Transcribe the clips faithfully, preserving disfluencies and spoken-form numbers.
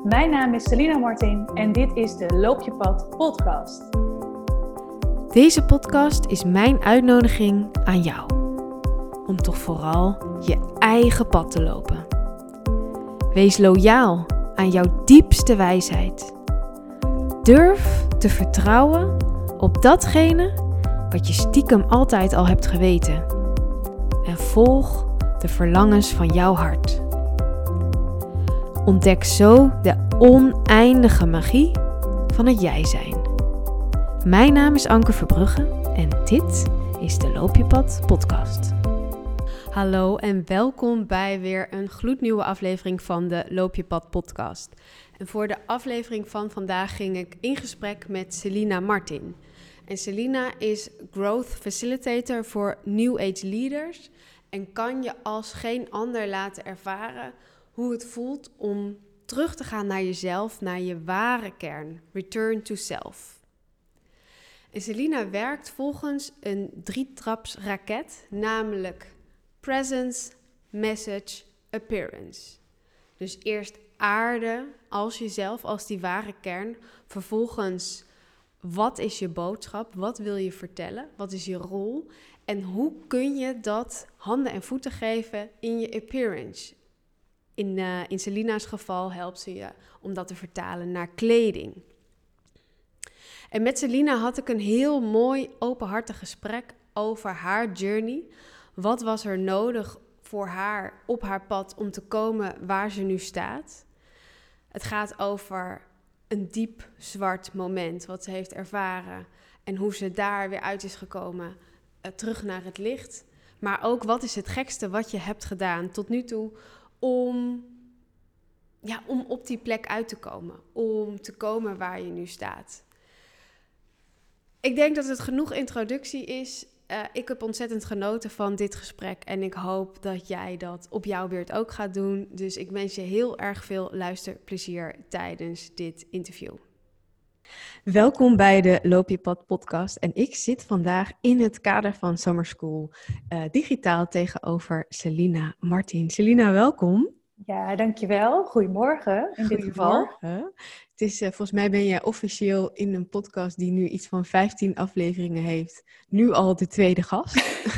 Mijn naam is Selina Martin en dit is de Loop je Pad podcast. Deze podcast is mijn uitnodiging aan jou. Om toch vooral je eigen pad te lopen. Wees loyaal aan jouw diepste wijsheid. Durf te vertrouwen op datgene wat je stiekem altijd al hebt geweten. En volg de verlangens van jouw hart. Ontdek zo de oneindige magie van het jij zijn. Mijn naam is Anke Verbrugge en dit is de Loop je Pad podcast. Hallo en welkom bij weer een gloednieuwe aflevering van de Loop je Pad podcast. En voor de aflevering van vandaag ging ik in gesprek met Selina Martin. En Selina is Growth Facilitator voor New Age Leaders en kan je als geen ander laten ervaren hoe het voelt om terug te gaan naar jezelf, naar je ware kern. Return to self. En Selina werkt volgens een drietraps raket, namelijk presence, message, appearance. Dus eerst aarde als jezelf, als die ware kern. Vervolgens, wat is je boodschap? Wat wil je vertellen? Wat is je rol? En hoe kun je dat handen en voeten geven in je appearance? In, uh, in Selina's geval helpt ze je om dat te vertalen naar kleding. En met Selina had ik een heel mooi openhartig gesprek over haar journey. Wat was er nodig voor haar op haar pad om te komen waar ze nu staat? Het gaat over een diep zwart moment wat ze heeft ervaren en hoe ze daar weer uit is gekomen, uh, terug naar het licht. Maar ook wat is het gekste wat je hebt gedaan tot nu toe om, ja, om op die plek uit te komen, om te komen waar je nu staat. Ik denk dat het genoeg introductie is. Uh, ik heb ontzettend genoten van dit gesprek en ik hoop dat jij dat op jouw beurt ook gaat doen. Dus ik wens je heel erg veel luisterplezier tijdens dit interview. Welkom bij de Loop je Pad podcast en ik zit vandaag in het kader van Summer School uh, digitaal tegenover Selina Martin. Selina, welkom. Ja, dankjewel. Goedemorgen in dit geval. Het is, uh, volgens mij ben jij officieel in een podcast die nu iets van vijftien afleveringen heeft, nu al de tweede gast.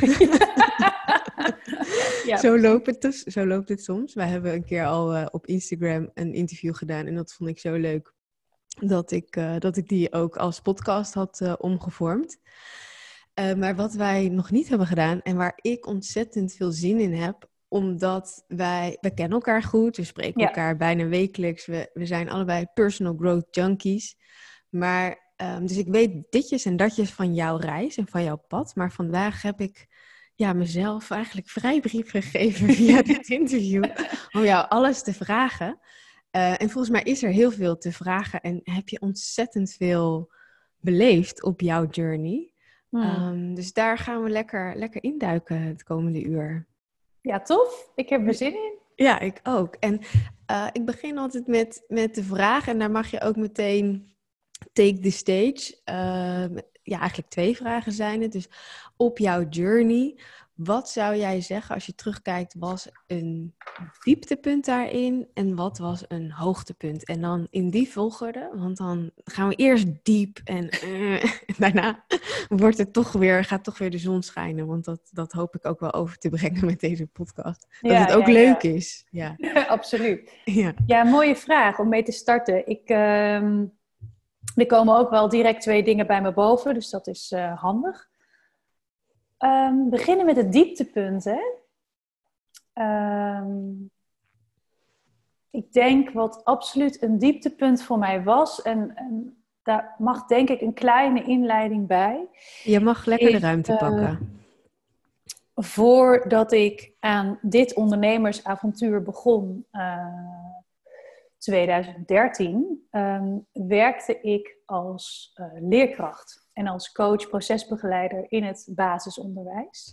Ja. Zo, loopt het dus, zo loopt het soms. Wij hebben een keer al uh, op Instagram een interview gedaan en dat vond ik zo leuk dat ik, uh, dat ik die ook als podcast had uh, omgevormd. Uh, maar wat wij nog niet hebben gedaan en waar ik ontzettend veel zin in heb, omdat wij, we kennen elkaar goed, we spreken ja. elkaar bijna wekelijks. We, we zijn allebei personal growth junkies. Maar, um, dus ik weet ditjes en datjes van jouw reis en van jouw pad. Maar vandaag heb ik ja, mezelf eigenlijk vrijbrief gegeven via dit interview om jou alles te vragen. Uh, en volgens mij is er heel veel te vragen en heb je ontzettend veel beleefd op jouw journey. Hmm. Um, dus daar gaan we lekker, lekker induiken het komende uur. Ja, tof. Ik heb er zin in. Ja, ik ook. En uh, ik begin altijd met, met de vraag, en daar mag je ook meteen take the stage. Uh, ja, eigenlijk twee vragen zijn het. Dus op jouw journey, wat zou jij zeggen als je terugkijkt, was een dieptepunt daarin en wat was een hoogtepunt? En dan in die volgorde, want dan gaan we eerst diep en uh, daarna wordt het toch weer, gaat toch weer de zon schijnen. Want dat, dat hoop ik ook wel over te brengen met deze podcast. Dat ja, het ook ja, leuk ja. is. Ja, absoluut. Ja. ja, mooie vraag om mee te starten. Ik, uh, er komen ook wel direct twee dingen bij me boven, dus dat is uh, handig. Um, beginnen met het dieptepunt, hè. Um, ik denk wat absoluut een dieptepunt voor mij was, en, en daar mag denk ik een kleine inleiding bij. Je mag lekker is, de ruimte uh, pakken. Voordat ik aan dit ondernemersavontuur begon, uh, twintig dertien, um, werkte ik als uh, leerkracht. En als coach, procesbegeleider in het basisonderwijs.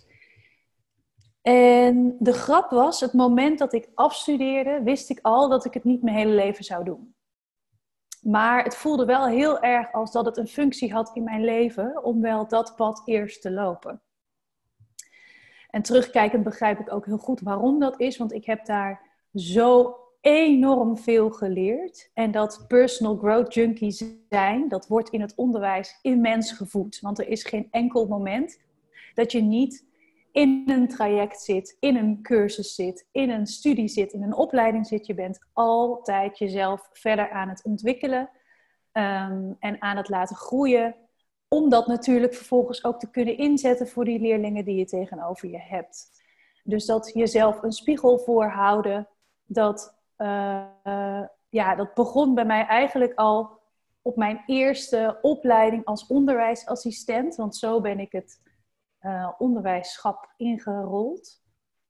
En de grap was, het moment dat ik afstudeerde, wist ik al dat ik het niet mijn hele leven zou doen. Maar het voelde wel heel erg als dat het een functie had in mijn leven om wel dat pad eerst te lopen. En terugkijkend begrijp ik ook heel goed waarom dat is, want ik heb daar zo enorm veel geleerd. En dat personal growth junkie zijn, dat wordt in het onderwijs immens gevoed. Want er is geen enkel moment dat je niet in een traject zit, in een cursus zit, in een studie zit, in een opleiding zit. Je bent altijd jezelf verder aan het ontwikkelen um, en aan het laten groeien. Om dat natuurlijk vervolgens ook te kunnen inzetten voor die leerlingen die je tegenover je hebt. Dus dat jezelf een spiegel voorhouden, dat, uh, uh, ja, dat begon bij mij eigenlijk al op mijn eerste opleiding als onderwijsassistent. Want zo ben ik het uh, onderwijsschap ingerold.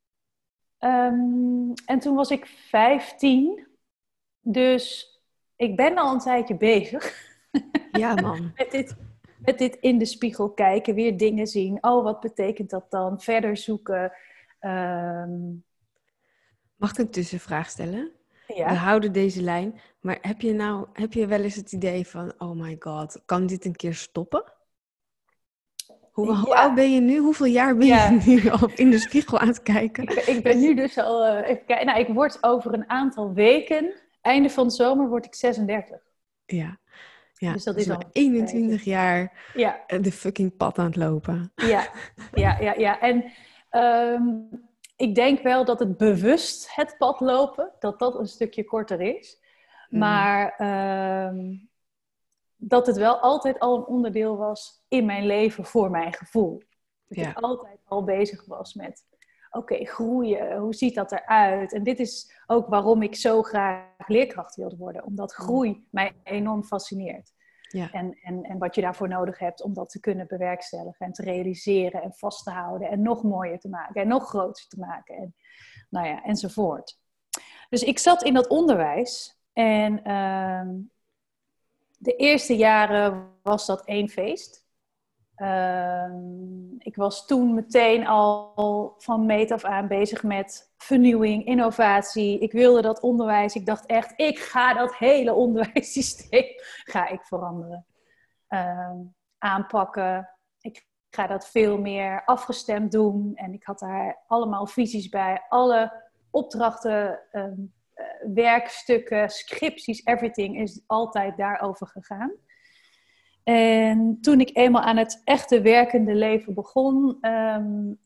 Um, en toen was ik vijftien. Dus ik ben al een tijdje bezig. Ja, man. met dit, met dit in de spiegel kijken, weer dingen zien. Oh, wat betekent dat dan? Verder zoeken. Um... Mag ik een tussenvraag stellen? Ja. We houden deze lijn. Maar heb je nou, heb je wel eens het idee van, oh my god, kan dit een keer stoppen? Hoe, ja. hoe oud ben je nu? Hoeveel jaar ben ja. je nu al in de spiegel aan het kijken? Ik, ik ben nu dus al, uh, even kijken, nou, ik word over een aantal weken, einde van de zomer, word ik zesendertig. Ja. Ja, dus dat dus is al eenentwintig jaar ja. de fucking pad aan het lopen. Ja, ja, ja, ja. En um, ik denk wel dat het bewust het pad lopen, dat dat een stukje korter is. Mm. Maar um, dat het wel altijd al een onderdeel was in mijn leven voor mijn gevoel. Dat ja. ik altijd al bezig was met, oké, okay, groeien, hoe ziet dat eruit? En dit is ook waarom ik zo graag leerkracht wilde worden. Omdat groei mij enorm fascineert. Ja. En, en, en wat je daarvoor nodig hebt om dat te kunnen bewerkstelligen en te realiseren en vast te houden en nog mooier te maken en nog groter te maken en nou ja, enzovoort. Dus ik zat in dat onderwijs en uh, de eerste jaren was dat één feest. Uh, ik was toen meteen al van meet af aan bezig met vernieuwing, innovatie. Ik wilde dat onderwijs. Ik dacht echt, ik ga dat hele onderwijssysteem ga ik veranderen. Uh, aanpakken. Ik ga dat veel meer afgestemd doen. En ik had daar allemaal visies bij. Alle opdrachten, um, uh, werkstukken, scripties, everything is altijd daarover gegaan. En toen ik eenmaal aan het echte werkende leven begon, um,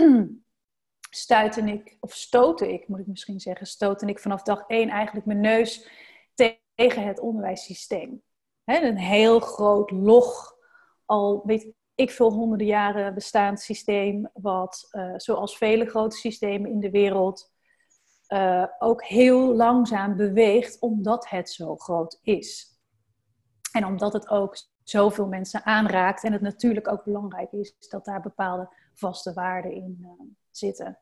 stuitte ik, of stootte ik, moet ik misschien zeggen, stootte ik vanaf dag één eigenlijk mijn neus tegen het onderwijssysteem. He, een heel groot, log, al weet ik veel honderden jaren bestaand systeem, wat uh, zoals vele grote systemen in de wereld uh, ook heel langzaam beweegt, omdat het zo groot is. En omdat het ook zoveel mensen aanraakt en het natuurlijk ook belangrijk is dat daar bepaalde vaste waarden in uh, zitten.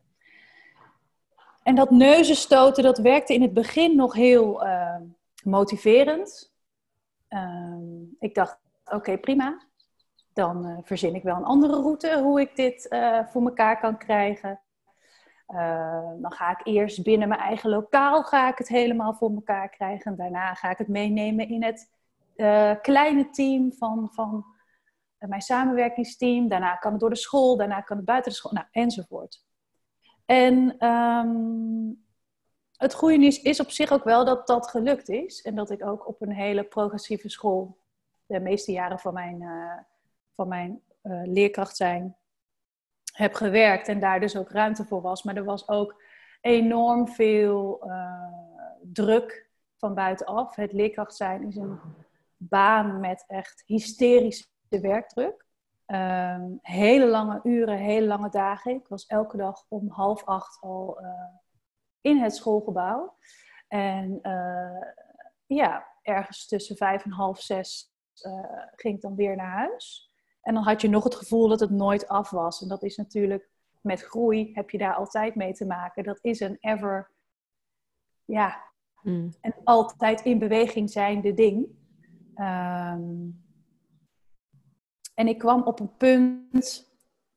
En dat neuzenstoten, dat werkte in het begin nog heel uh, motiverend. Uh, ik dacht, oké, okay, prima. Dan uh, verzin ik wel een andere route hoe ik dit uh, voor elkaar kan krijgen. Uh, dan ga ik eerst binnen mijn eigen lokaal ga ik het helemaal voor elkaar krijgen. En daarna ga ik het meenemen in het Uh, kleine team van, van uh, mijn samenwerkingsteam. Daarna kan het door de school, daarna kan het buiten de school, nou, enzovoort. En um, het goede nieuws is op zich ook wel dat dat gelukt is. En dat ik ook op een hele progressieve school de meeste jaren van mijn, uh, van mijn uh, leerkracht zijn heb gewerkt. En daar dus ook ruimte voor was. Maar er was ook enorm veel uh, druk van buitenaf. Het leerkracht zijn is een baan met echt hysterische werkdruk. Um, hele lange uren, hele lange dagen. Ik was elke dag om half acht al uh, in het schoolgebouw. En uh, ja, ergens tussen vijf en half zes uh, ging ik dan weer naar huis. En dan had je nog het gevoel dat het nooit af was. En dat is natuurlijk, met groei heb je daar altijd mee te maken. Dat is een ever, ja, mm. en altijd in beweging zijnde ding. Um, en ik kwam op een punt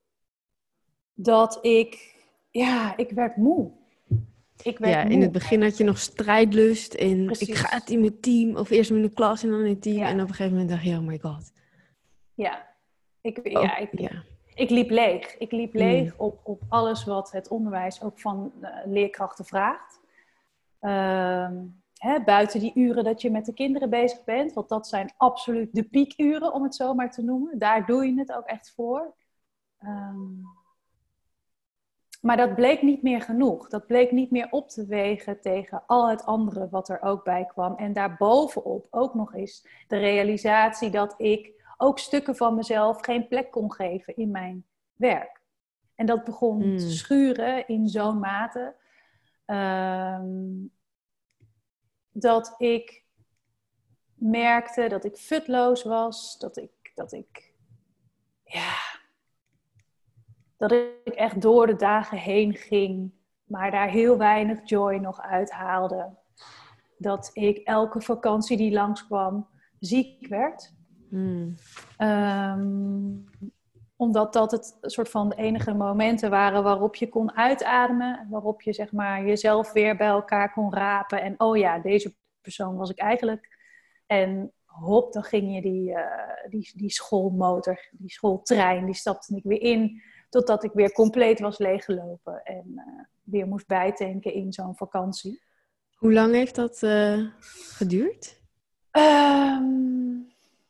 dat ik, ja, ik werd moe. Ik werd ja, moe. In het begin had je nog strijdlust en Precies. Ik ga het in mijn team, of eerst in de klas en dan in het team. Ja. En op een gegeven moment dacht je, oh my god. Ja, ik, oh, ja, ik, ja. ik liep leeg. Ik liep leeg mm. op, op alles wat het onderwijs ook van uh, leerkrachten vraagt. Uh, hè, buiten die uren dat je met de kinderen bezig bent. Want dat zijn absoluut de piekuren, om het zo maar te noemen. Daar doe je het ook echt voor. Um, maar dat bleek niet meer genoeg. Dat bleek niet meer op te wegen tegen al het andere wat er ook bij kwam. En daarbovenop ook nog eens de realisatie dat ik ook stukken van mezelf geen plek kon geven in mijn werk. En dat begon mm. te schuren in zo'n mate um, dat ik merkte dat ik futloos was, dat ik, dat ik, ja, dat ik echt door de dagen heen ging, maar daar heel weinig joy nog uithaalde. Dat ik elke vakantie die langskwam ziek werd. Mm. Um, omdat dat het soort van de enige momenten waren waarop je kon uitademen. Waarop je zeg maar jezelf weer bij elkaar kon rapen. En oh ja, deze persoon was ik eigenlijk. En hop, dan ging je die, uh, die, die schoolmotor, die schooltrein, die stapte ik weer in. Totdat ik weer compleet was leeggelopen. En uh, weer moest bijtanken in zo'n vakantie. Hoe lang heeft dat uh, geduurd? Um,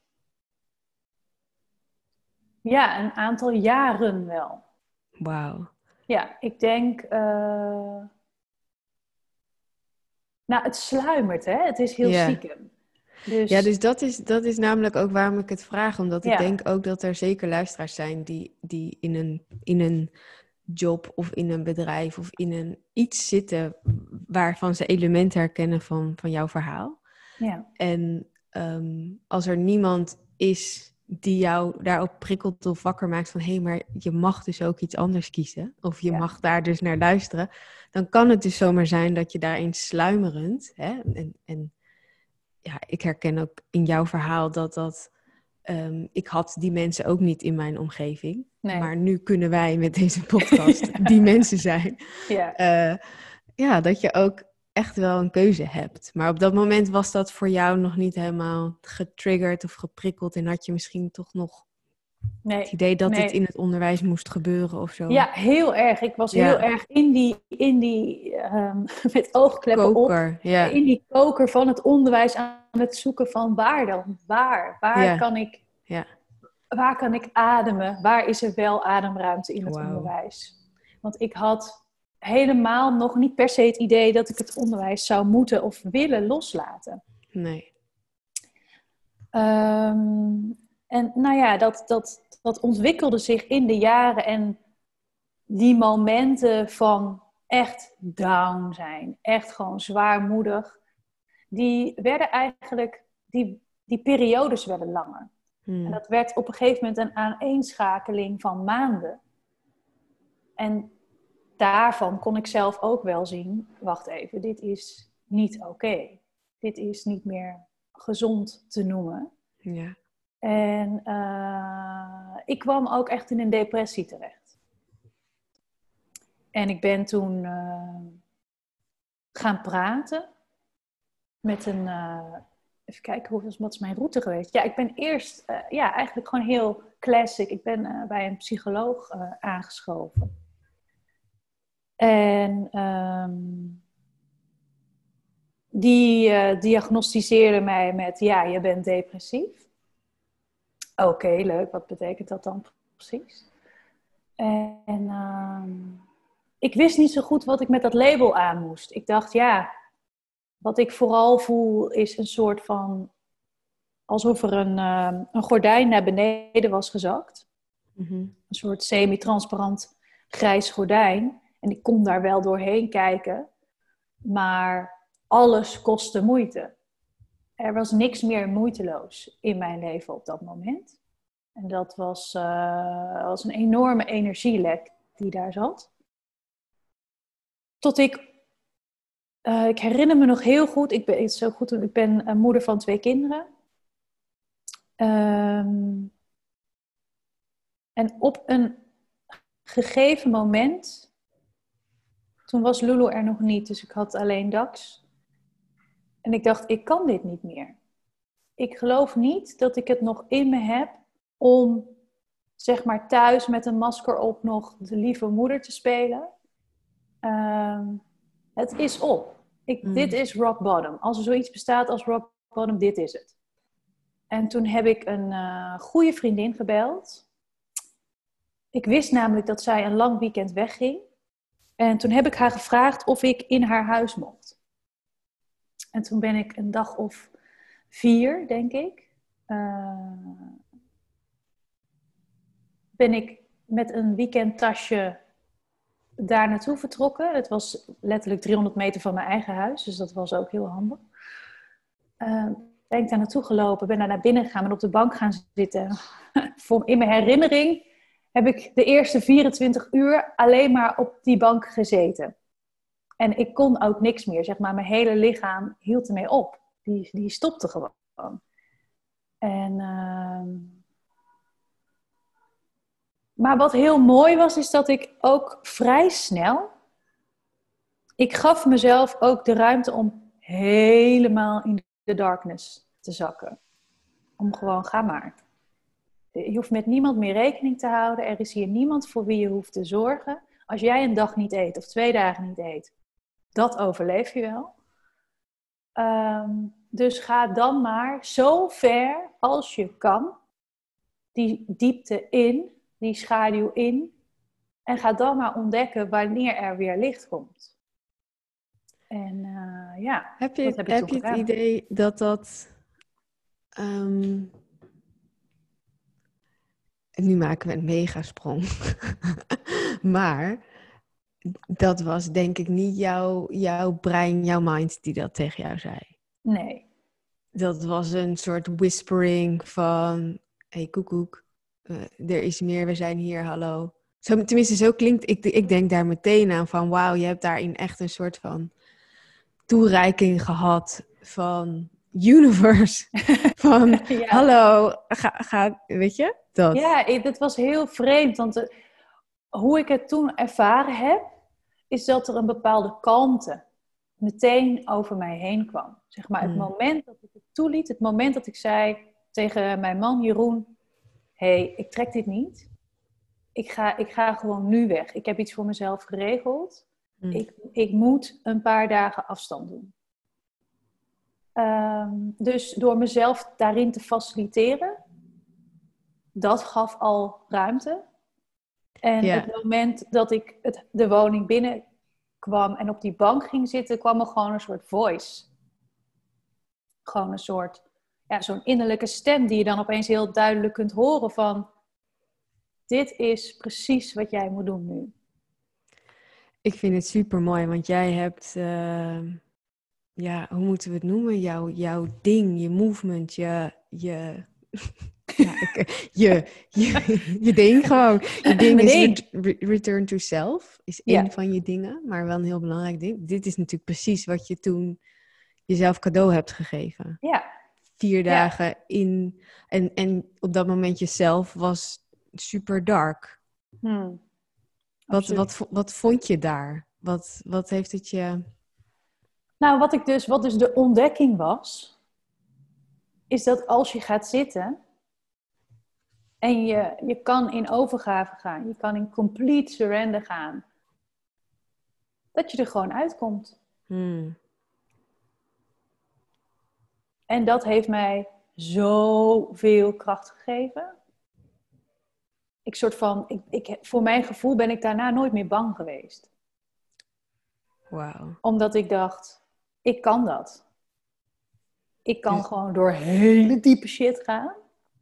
Ja, een aantal jaren wel. Wauw. Ja, ik denk... Uh... Nou, het sluimert, hè? Het is heel ja. stiekem. Dus... Ja, dus dat is, dat is namelijk ook waarom ik het vraag. Omdat ik ja. denk ook dat er zeker luisteraars zijn die, die in, een, in een job of in een bedrijf of in een iets zitten waarvan ze elementen herkennen van, van jouw verhaal. Ja. En um, als er niemand is die jou daarop prikkelt of wakker maakt van... hé, hey, maar je mag dus ook iets anders kiezen. Of je ja. mag daar dus naar luisteren. Dan kan het dus zomaar zijn dat je daarin sluimerend... Hè, en, en ja, ik herken ook in jouw verhaal dat dat... Um, ik had die mensen ook niet in mijn omgeving. Nee. Maar nu kunnen wij met deze podcast ja. die mensen zijn. Ja. Uh, ja, dat je ook... echt wel een keuze hebt. Maar op dat moment was dat voor jou nog niet helemaal getriggerd of geprikkeld en had je misschien toch nog nee, het idee dat nee. dit in het onderwijs moest gebeuren of zo? Ja, heel erg. Ik was ja. heel erg in die, in die um, met oogkleppen koker, op, ja. in die koker van het onderwijs aan het zoeken van waar dan? Waar? Waar ja. kan ik ja. waar kan ik ademen? Waar is er wel ademruimte in het wow. onderwijs? Want ik had helemaal nog niet per se het idee dat ik het onderwijs zou moeten of willen loslaten. Nee. Um, en nou ja, dat, dat, dat ontwikkelde zich in de jaren en die momenten van echt down zijn, echt gewoon zwaarmoedig, die werden eigenlijk, die, die periodes werden langer. Hmm. En dat werd op een gegeven moment een aaneenschakeling van maanden. En daarvan kon ik zelf ook wel zien, wacht even, dit is niet oké. Okay. Dit is niet meer gezond te noemen. Ja. En uh, ik kwam ook echt in een depressie terecht. En ik ben toen uh, gaan praten met een... Uh, even kijken, wat is mijn route geweest? Ja, ik ben eerst uh, ja, eigenlijk gewoon heel classic. Ik ben uh, bij een psycholoog uh, aangeschoven. En um, die uh, diagnosticeerde mij met, ja, je bent depressief. Oké, okay, leuk, wat betekent dat dan precies? En um, ik wist niet zo goed wat ik met dat label aan moest. Ik dacht, ja, wat ik vooral voel is een soort van, alsof er een, uh, een gordijn naar beneden was gezakt. Mm-hmm. Een soort semi-transparant grijs gordijn. En ik kon daar wel doorheen kijken. Maar alles kostte moeite. Er was niks meer moeiteloos in mijn leven op dat moment. En dat was, uh, was een enorme energielek die daar zat. Tot ik... Uh, ik herinner me nog heel goed. Ik ben, het is zo goed, ik ben een moeder van twee kinderen. Um, en op een gegeven moment... Toen was Lulu er nog niet, dus ik had alleen Dax. En ik dacht, ik kan dit niet meer. Ik geloof niet dat ik het nog in me heb om, zeg maar, thuis met een masker op nog de lieve moeder te spelen. Um, het is op. Ik, Mm. Dit is rock bottom. Als er zoiets bestaat als rock bottom, dit is het. En toen heb ik een uh, goede vriendin gebeld. Ik wist namelijk dat zij een lang weekend wegging. En toen heb ik haar gevraagd of ik in haar huis mocht. En toen ben ik een dag of vier, denk ik, uh, ben ik met een weekendtasje daar naartoe vertrokken. Het was letterlijk driehonderd meter van mijn eigen huis, dus dat was ook heel handig. Uh, ben ik daar naartoe gelopen, ben daar naar binnen gegaan en op de bank gaan zitten. In mijn herinnering heb ik de eerste vierentwintig uur alleen maar op die bank gezeten. En ik kon ook niks meer, zeg maar. Mijn hele lichaam hield ermee op. Die, die stopte gewoon. En, uh... Maar wat heel mooi was, is dat ik ook vrij snel... Ik gaf mezelf ook de ruimte om helemaal in de darkness te zakken. Om gewoon, ga maar. Je hoeft met niemand meer rekening te houden. Er is hier niemand voor wie je hoeft te zorgen. Als jij een dag niet eet of twee dagen niet eet, dat overleef je wel. Um, dus ga dan maar zo ver als je kan die diepte in, die schaduw in. En ga dan maar ontdekken wanneer er weer licht komt. En uh, ja, heb je, dat heb ik heb toen je het gedaan. idee dat dat... Um... En nu maken we een megasprong. Maar dat was denk ik niet jouw, jouw brein, jouw mind die dat tegen jou zei. Nee. Dat was een soort whispering van... Hey koekoek, uh, er is meer, we zijn hier, hallo. Zo, tenminste, zo klinkt... Ik, ik denk daar meteen aan van... Wauw, je hebt daarin echt een soort van toereiking gehad van... Universe. Van, ja. Hallo, ga, ga, weet je? Dat. Ja, het was heel vreemd. Want de, hoe ik het toen ervaren heb, is dat er een bepaalde kalmte meteen over mij heen kwam. Zeg maar, het mm. moment dat ik het toeliet, het moment dat ik zei tegen mijn man Jeroen, hé, hey, ik trek dit niet. Ik ga, ik ga gewoon nu weg. Ik heb iets voor mezelf geregeld. Mm. Ik, ik moet een paar dagen afstand doen. Um, dus door mezelf daarin te faciliteren, dat gaf al ruimte. En ja. Het moment dat ik het, de woning binnenkwam en op die bank ging zitten, kwam er gewoon een soort voice. Gewoon een soort, ja, zo'n innerlijke stem die je dan opeens heel duidelijk kunt horen van, dit is precies wat jij moet doen nu. Ik vind het super mooi, want jij hebt... Uh... Ja, hoe moeten we het noemen? Jouw, jouw ding, je movement, je, je, ja, ik, je, je, je ding gewoon. Je ding is ding. Re- return to self, is ja. één van je dingen, maar wel een heel belangrijk ding. Dit is natuurlijk precies wat je toen jezelf cadeau hebt gegeven. Ja. Vier dagen ja. in, en, en op dat moment jezelf was super dark. Hmm. Wat, wat, wat vond je daar? Wat, wat heeft het je... Nou, wat, ik dus, wat dus de ontdekking was, is dat als je gaat zitten en je, je kan in overgave gaan, je kan in complete surrender gaan, dat je er gewoon uitkomt. Hmm. En dat heeft mij zoveel kracht gegeven. Ik soort van, ik, ik, voor mijn gevoel ben ik daarna nooit meer bang geweest. Wauw. Omdat ik dacht... Ik kan dat. Ik kan dus... gewoon door hele diepe shit gaan.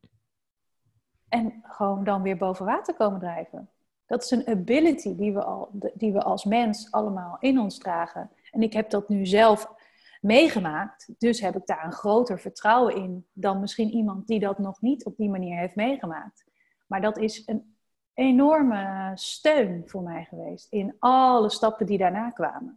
En gewoon dan weer boven water komen drijven. Dat is een ability die we, al, die we als mens allemaal in ons dragen. En ik heb dat nu zelf meegemaakt. Dus heb ik daar een groter vertrouwen in dan misschien iemand die dat nog niet op die manier heeft meegemaakt. Maar dat is een enorme steun voor mij geweest. In alle stappen die daarna kwamen.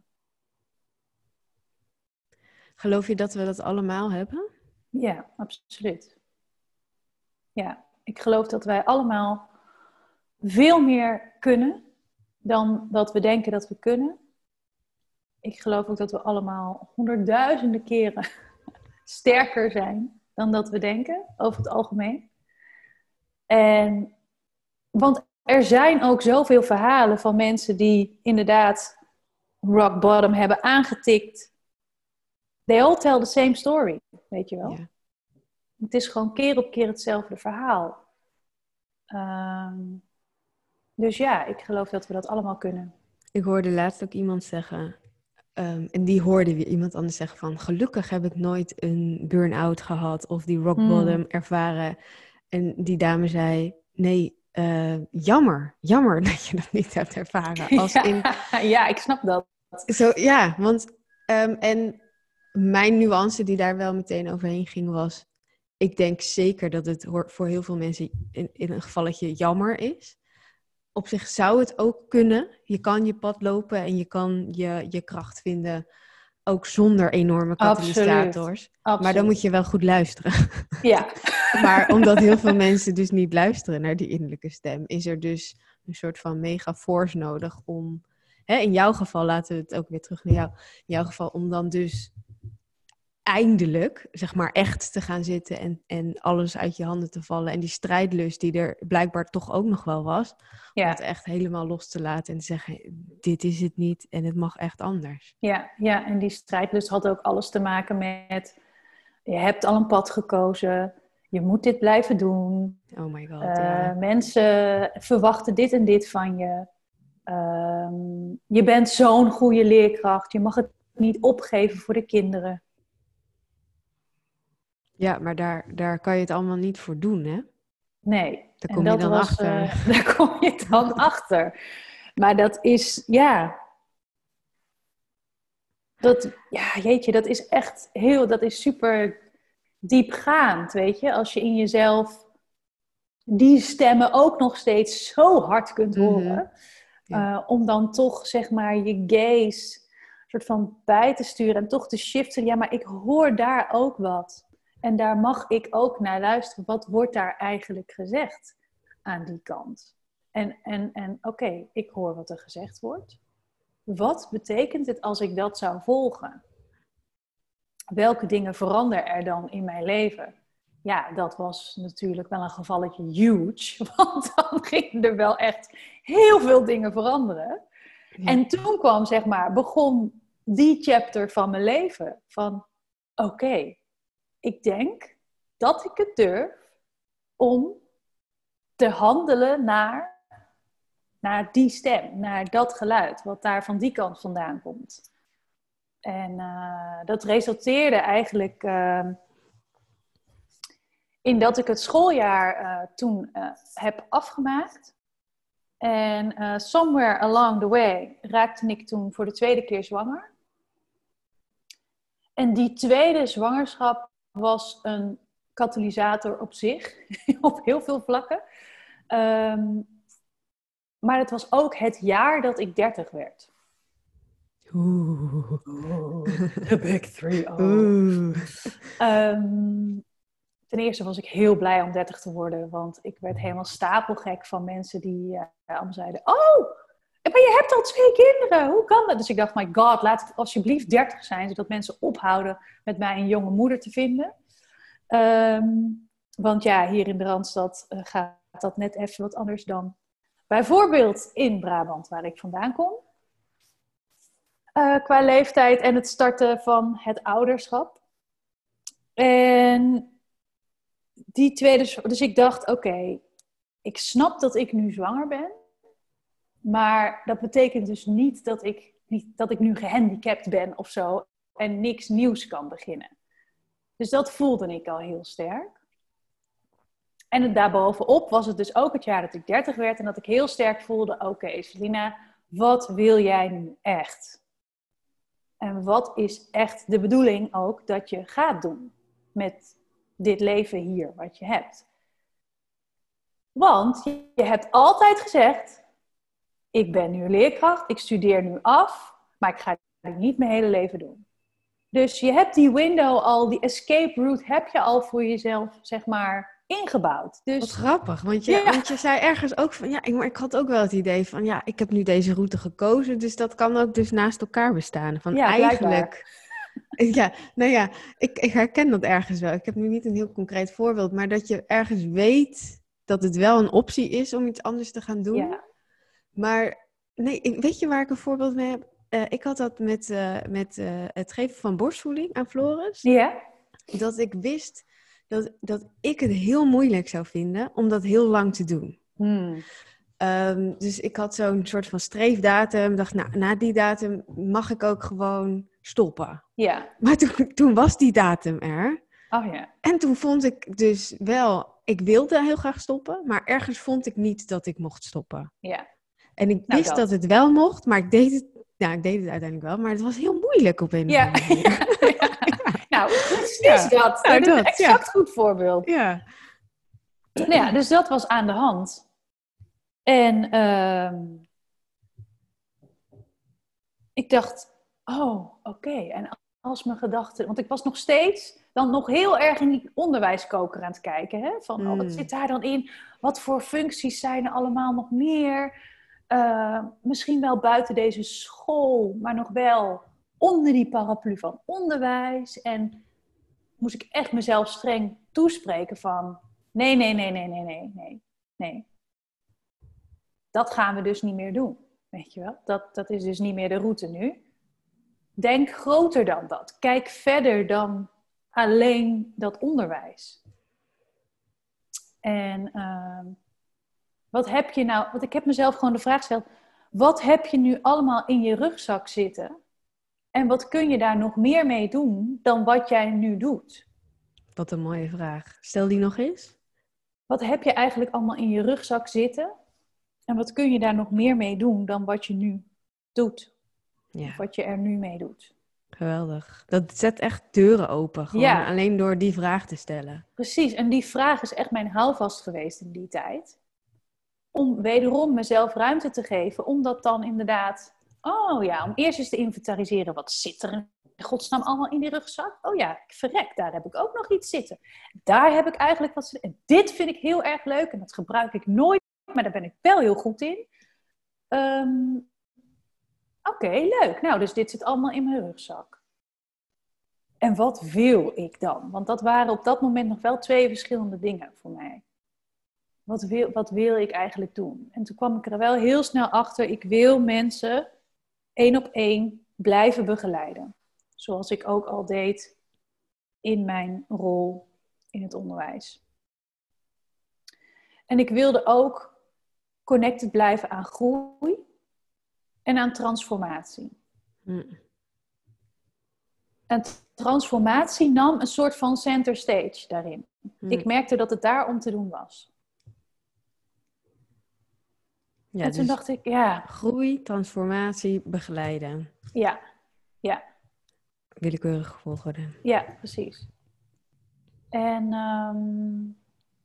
Geloof je dat we dat allemaal hebben? Ja, absoluut. Ja, ik geloof dat wij allemaal veel meer kunnen dan dat we denken dat we kunnen. Ik geloof ook dat we allemaal honderdduizenden keren sterker zijn dan dat we denken, over het algemeen. En, want er zijn ook zoveel verhalen van mensen die inderdaad rock bottom hebben aangetikt. they all tell the same story, weet je wel. Ja. Het is gewoon keer op keer hetzelfde verhaal. Um, dus ja, ik geloof dat we dat allemaal kunnen. Ik hoorde laatst ook iemand zeggen, um, en die hoorde weer iemand anders zeggen van, gelukkig heb ik nooit een burn-out gehad of die rock bottom hmm. ervaren. En die dame zei, nee, uh, jammer, jammer dat je dat niet hebt ervaren. Als ja, in, ja, ik snap dat. Zo, ja, want, um, en mijn nuance die daar wel meteen overheen ging was, ik denk zeker dat het voor heel veel mensen in, in een gevalletje jammer is. Op zich zou het ook kunnen. Je kan je pad lopen en je kan je, je kracht vinden. Ook zonder enorme katalysators. Absoluut. Absoluut. Maar dan moet je wel goed luisteren. Ja. Maar omdat heel veel mensen dus niet luisteren naar die innerlijke stem, is er dus een soort van mega force nodig om, hè, in jouw geval, laten we het ook weer terug naar jou. In jouw geval om dan dus eindelijk, zeg maar, echt te gaan zitten en, en alles uit je handen te vallen. En die strijdlust die er blijkbaar toch ook nog wel was. Ja. Om het echt helemaal los te laten en te zeggen, dit is het niet en het mag echt anders. Ja, ja, en die strijdlust had ook alles te maken met, je hebt al een pad gekozen, je moet dit blijven doen. Oh my god, uh, ja. Mensen verwachten dit en dit van je. Um, je bent zo'n goede leerkracht, je mag het niet opgeven voor de kinderen. Ja, maar daar, daar kan je het allemaal niet voor doen, hè? Nee. Daar kom je dan was, achter. Uh, daar kom je dan achter. Maar dat is, ja... Dat, ja, jeetje, dat is echt heel... Dat is super diepgaand, weet je? Als je in jezelf die stemmen ook nog steeds zo hard kunt horen. Mm-hmm. Ja. Uh, om dan toch, zeg maar, je gaze soort van bij te sturen en toch te shiften. Ja, maar ik hoor daar ook wat. En daar mag ik ook naar luisteren. Wat wordt daar eigenlijk gezegd aan die kant? En, en, en oké, okay, ik hoor wat er gezegd wordt. Wat betekent het als ik dat zou volgen? Welke dingen veranderen er dan in mijn leven? Ja, dat was natuurlijk wel een gevalletje huge. Want dan gingen er wel echt heel veel dingen veranderen. Ja. En toen kwam, zeg maar, begon die chapter van mijn leven. Van, oké. Okay, ik denk dat ik het durf om te handelen naar, naar die stem, naar dat geluid, wat daar van die kant vandaan komt. En uh, dat resulteerde eigenlijk uh, in dat ik het schooljaar uh, toen uh, heb afgemaakt. En uh, somewhere along the way raakte ik toen voor de tweede keer zwanger. En die tweede zwangerschap was een katalysator op zich, op heel veel vlakken. Um, maar het was ook het jaar dat ik dertig werd. Oeh. Oeh, the big three. Oh. Um, ten eerste was ik heel blij om dertig te worden, want ik werd helemaal stapelgek van mensen die uh, allemaal zeiden, oh, maar je hebt al twee kinderen, hoe kan dat? Dus ik dacht, my god, laat het alsjeblieft dertig zijn, zodat mensen ophouden met mij een jonge moeder te vinden. Um, want ja, hier in de Randstad uh, gaat dat net even wat anders dan bijvoorbeeld in Brabant, waar ik vandaan kom. Uh, qua leeftijd en het starten van het ouderschap. En die tweede, dus ik dacht, oké, okay, ik snap dat ik nu zwanger ben, maar dat betekent dus niet dat ik, niet, dat ik nu gehandicapt ben of zo en niks nieuws kan beginnen. Dus dat voelde ik al heel sterk. En het daarbovenop was het dus ook het jaar dat ik dertig werd en dat ik heel sterk voelde, oké, okay, Selina, wat wil jij nu echt? En wat is echt de bedoeling ook dat je gaat doen met dit leven hier wat je hebt? Want je hebt altijd gezegd, ik ben nu leerkracht, ik studeer nu af, maar ik ga dit niet mijn hele leven doen. Dus je hebt die window al, die escape route heb je al voor jezelf, zeg maar, ingebouwd. Dus, wat grappig, want je, ja. want je zei ergens ook van, ja, ik, maar ik had ook wel het idee van, ja, ik heb nu deze route gekozen, dus dat kan ook dus naast elkaar bestaan. Van ja, eigenlijk, ja, nou ja, ik, ik herken dat ergens wel. Ik heb nu niet een heel concreet voorbeeld, maar dat je ergens weet dat het wel een optie is om iets anders te gaan doen. Ja. Maar, nee, weet je waar ik een voorbeeld mee heb? uh, ik had dat met, uh, met uh, het geven van borstvoeding aan Floris. Ja. Dat ik wist dat, dat ik het heel moeilijk zou vinden om dat heel lang te doen. Hmm. Um, dus ik had zo'n soort van streefdatum. Dacht, nou, na die datum mag ik ook gewoon stoppen. Ja. Maar toen, toen was die datum er. Oh ja. En toen vond ik dus wel, ik wilde heel graag stoppen, maar ergens vond ik niet dat ik mocht stoppen. Ja. En ik Nou, wist dat. dat het wel mocht, maar ik deed het, nou, ik deed het uiteindelijk wel, maar het was heel moeilijk op een Ja. of andere manier. ja. Nou, precies Ja. dat. Nou, dat is een dat, exact ja. goed voorbeeld. Ja. Nou ja, dus dat was aan de hand. En uh, ik dacht, oh, oké. Okay. En als mijn gedachten... Want ik was nog steeds dan nog heel erg in die onderwijskoker aan het kijken. Hè? Van, mm. oh, wat zit daar dan in? Wat voor functies zijn er allemaal nog meer? Uh, misschien wel buiten deze school, maar nog wel onder die paraplu van onderwijs. En moest ik echt mezelf streng toespreken van... Nee, nee, nee, nee, nee, nee, nee, nee. Dat gaan we dus niet meer doen, weet je wel. Dat, dat is dus niet meer de route nu. Denk groter dan dat. Kijk verder dan alleen dat onderwijs. En uh, wat heb je nou... Want ik heb mezelf gewoon de vraag gesteld... Wat heb je nu allemaal in je rugzak zitten? En wat kun je daar nog meer mee doen dan wat jij nu doet? Wat een mooie vraag. Stel die nog eens. Wat heb je eigenlijk allemaal in je rugzak zitten? En wat kun je daar nog meer mee doen dan wat je nu doet? Ja. Of wat je er nu mee doet? Geweldig. Dat zet echt deuren open. Gewoon ja. Alleen door die vraag te stellen. Precies. En die vraag is echt mijn houvast geweest in die tijd. Om wederom mezelf ruimte te geven. Om dat dan inderdaad... Oh ja, om eerst eens te inventariseren. Wat zit er in godsnaam allemaal in die rugzak? Oh ja, verrek, daar heb ik ook nog iets zitten. Daar heb ik eigenlijk wat zitten. En dit vind ik heel erg leuk. En dat gebruik ik nooit. Maar daar ben ik wel heel goed in. Um, Oké, okay, leuk. Nou, dus dit zit allemaal in mijn rugzak. En wat wil ik dan? Want dat waren op dat moment nog wel twee verschillende dingen voor mij. Wat wil, wat wil ik eigenlijk doen? En toen kwam ik er wel heel snel achter. Ik wil mensen één op één blijven begeleiden. Zoals ik ook al deed in mijn rol in het onderwijs. En ik wilde ook connected blijven aan groei en aan transformatie. Mm. En transformatie nam een soort van center stage daarin. Mm. Ik merkte dat het daar om te doen was. Ja, en toen dus dacht ik, ja... Groei, transformatie, begeleiden. Ja, ja. Willekeurig volgorde. Ja, precies. En um,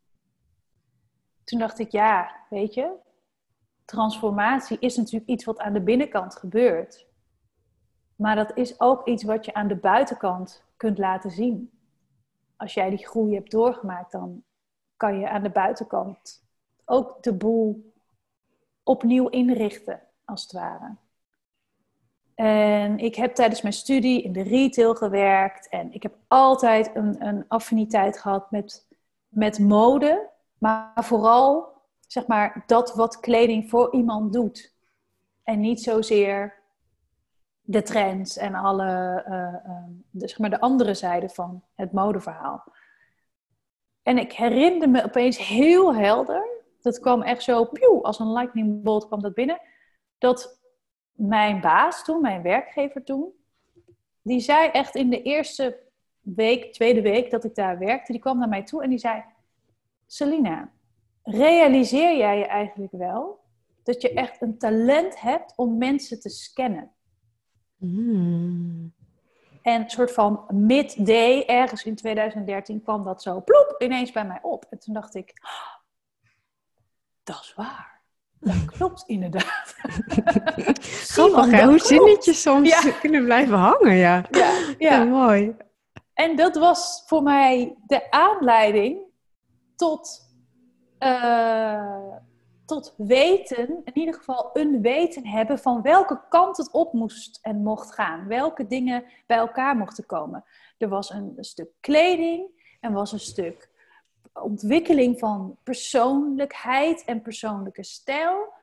toen dacht ik, ja, weet je... Transformatie is natuurlijk iets wat aan de binnenkant gebeurt. Maar dat is ook iets wat je aan de buitenkant kunt laten zien. Als jij die groei hebt doorgemaakt, dan kan je aan de buitenkant ook de boel opnieuw inrichten, als het ware. En ik heb tijdens mijn studie in de retail gewerkt. En ik heb altijd een, een affiniteit gehad met, met mode. Maar vooral... zeg maar, dat wat kleding voor iemand doet. En niet zozeer de trends en alle, uh, uh, de, zeg maar de andere zijde van het modeverhaal. En ik herinner me opeens heel helder, dat kwam echt zo, pieuw, als een lightning bolt kwam dat binnen, dat mijn baas toen, mijn werkgever toen, die zei echt in de eerste week, tweede week dat ik daar werkte, die kwam naar mij toe en die zei, Selina, realiseer jij je eigenlijk wel dat je echt een talent hebt om mensen te scannen? Mm. En een soort van midday, ergens in twintig dertien, kwam dat zo ploep ineens bij mij op. En toen dacht ik, oh, dat is waar. Dat klopt inderdaad. Grappig, hè? Hoe zinnetjes soms ja. kunnen blijven hangen, ja. Ja, ja. Ja, mooi. En dat was voor mij de aanleiding tot... Uh, tot weten, in ieder geval een weten hebben van welke kant het op moest en mocht gaan. Welke dingen bij elkaar mochten komen. Er was een, een stuk kleding, er was een stuk ontwikkeling van persoonlijkheid en persoonlijke stijl.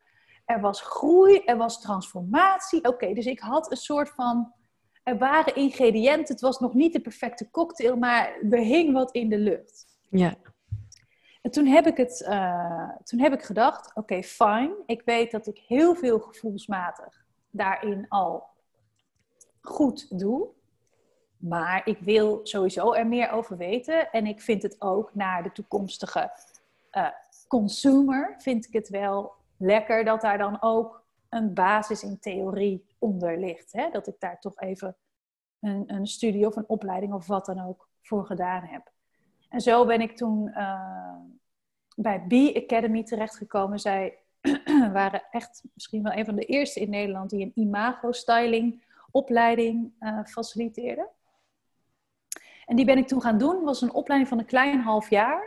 er was groei, er was transformatie. Oké, okay, dus ik had een soort van... Er waren ingrediënten, het was nog niet de perfecte cocktail, maar er hing wat in de lucht. Ja. En toen heb ik, het, uh, toen heb ik gedacht, oké, okay, fine. Ik weet dat ik heel veel gevoelsmatig daarin al goed doe. Maar ik wil sowieso er meer over weten. En ik vind het ook naar de toekomstige uh, consumer, vind ik het wel lekker dat daar dan ook een basis in theorie onder ligt. Hè? Dat ik daar toch even een, een studie of een opleiding of wat dan ook voor gedaan heb. En zo ben ik toen uh, bij B Academy terechtgekomen. Zij waren echt misschien wel een van de eerste in Nederland die een imago-styling opleiding uh, faciliteerden. En die ben ik toen gaan doen. Het was een opleiding van een klein half jaar.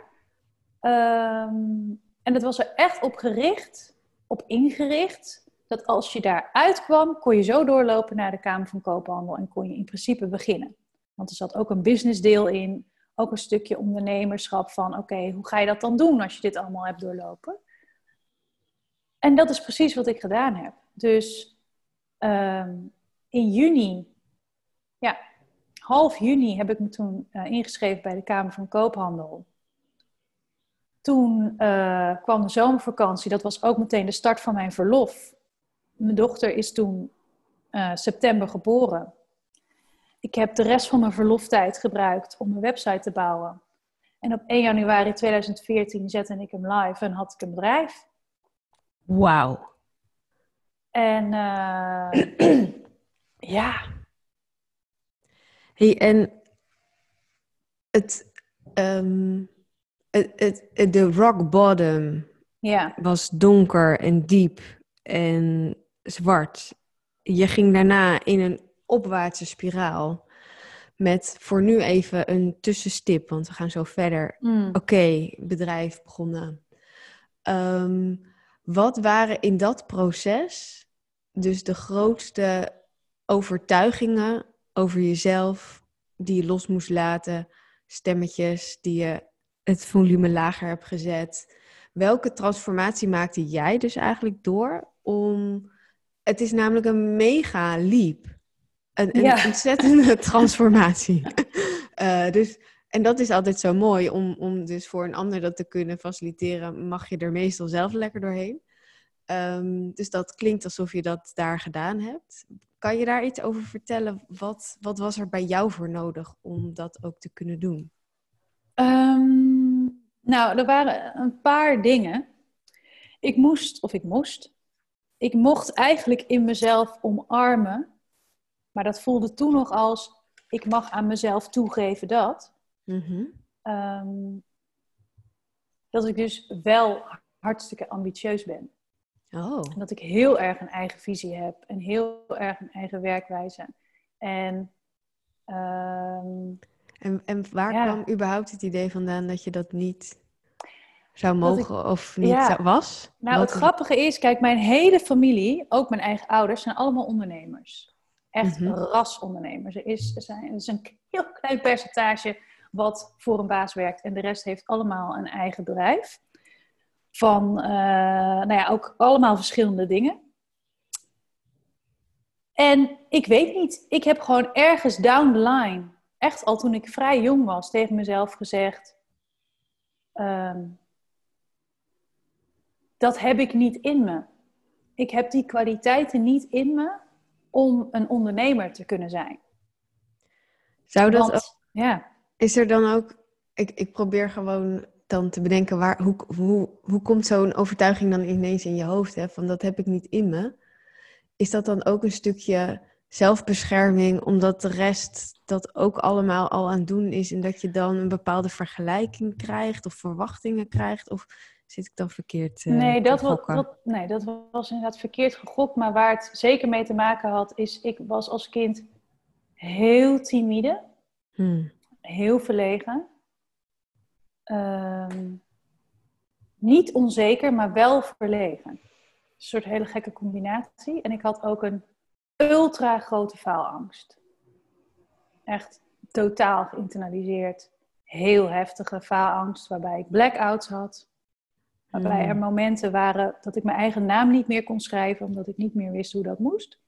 Um, en dat was er echt op gericht, op ingericht, dat als je daar uitkwam, kon je zo doorlopen naar de Kamer van Koophandel en kon je in principe beginnen. Want er zat ook een businessdeel in, ook een stukje ondernemerschap van, oké, okay, hoe ga je dat dan doen als je dit allemaal hebt doorlopen? En dat is precies wat ik gedaan heb. Dus um, in juni, ja, half juni heb ik me toen uh, ingeschreven bij de Kamer van Koophandel. Toen uh, kwam de zomervakantie, dat was ook meteen de start van mijn verlof. Mijn dochter is toen uh, september geboren. Ik heb de rest van mijn verloftijd gebruikt om mijn website te bouwen. En op één januari tweeduizend veertien zette ik hem live en had ik een bedrijf. Wauw. En uh, ja. Hey, en het, um, het, het, de rock bottom ja. was donker en diep en zwart. Je ging daarna in een opwaartse spiraal met voor nu even een tussenstip, want we gaan zo verder. Mm. Oké, okay, bedrijf begonnen. Um, wat waren in dat proces dus de grootste overtuigingen over jezelf die je los moest laten, stemmetjes die je het volume lager hebt gezet? Welke transformatie maakte jij dus eigenlijk door om... Het is namelijk een mega leap. Een, een ja. ontzettende transformatie. uh, dus, en dat is altijd zo mooi. Om, om dus voor een ander dat te kunnen faciliteren, mag je er meestal zelf lekker doorheen. Um, dus dat klinkt alsof je dat daar gedaan hebt. Kan je daar iets over vertellen? Wat, wat was er bij jou voor nodig om dat ook te kunnen doen? Um, nou, er waren een paar dingen. Ik moest, of ik moest... Ik mocht eigenlijk in mezelf omarmen. Maar dat voelde toen nog als... Ik mag aan mezelf toegeven dat. Mm-hmm. Um, dat ik dus wel hartstikke ambitieus ben. Oh. En dat ik heel erg een eigen visie heb. En heel erg een eigen werkwijze. En, um, en, en waar ja. kwam überhaupt het idee vandaan dat je dat niet... zou mogen ik, of niet ja. zou, was? Nou, Wat het is... grappige is, kijk, mijn hele familie, ook mijn eigen ouders, zijn allemaal ondernemers. Echt mm-hmm. rasondernemers. Er is, er, zijn, er is een heel klein percentage wat voor een baas werkt en de rest heeft allemaal een eigen bedrijf. Van, uh, nou ja, ook allemaal verschillende dingen. En ik weet niet, ik heb gewoon ergens down the line, echt al toen ik vrij jong was, tegen mezelf gezegd... Um, Dat heb ik niet in me. Ik heb die kwaliteiten niet in me om een ondernemer te kunnen zijn. Zou dat Want, ook, ja. Is er dan ook... Ik, ik probeer gewoon dan te bedenken... Waar, hoe, hoe, hoe komt zo'n overtuiging dan ineens in je hoofd? Hè? Van dat heb ik niet in me. Is dat dan ook een stukje zelfbescherming... omdat de rest dat ook allemaal al aan het doen is... en dat je dan een bepaalde vergelijking krijgt... of verwachtingen krijgt... of zit ik dan verkeerd uh, nee, dat te was, gokken? dat, nee, dat was inderdaad verkeerd gegokt. Maar waar het zeker mee te maken had... is ik was als kind heel timide. Hmm. Heel verlegen. Um, niet onzeker, maar wel verlegen. Een soort hele gekke combinatie. En ik had ook een ultra grote faalangst. Echt totaal geïnternaliseerd. Heel heftige faalangst, waarbij ik blackouts had. Waarbij Mm. er momenten waren dat ik mijn eigen naam niet meer kon schrijven, omdat ik niet meer wist hoe dat moest.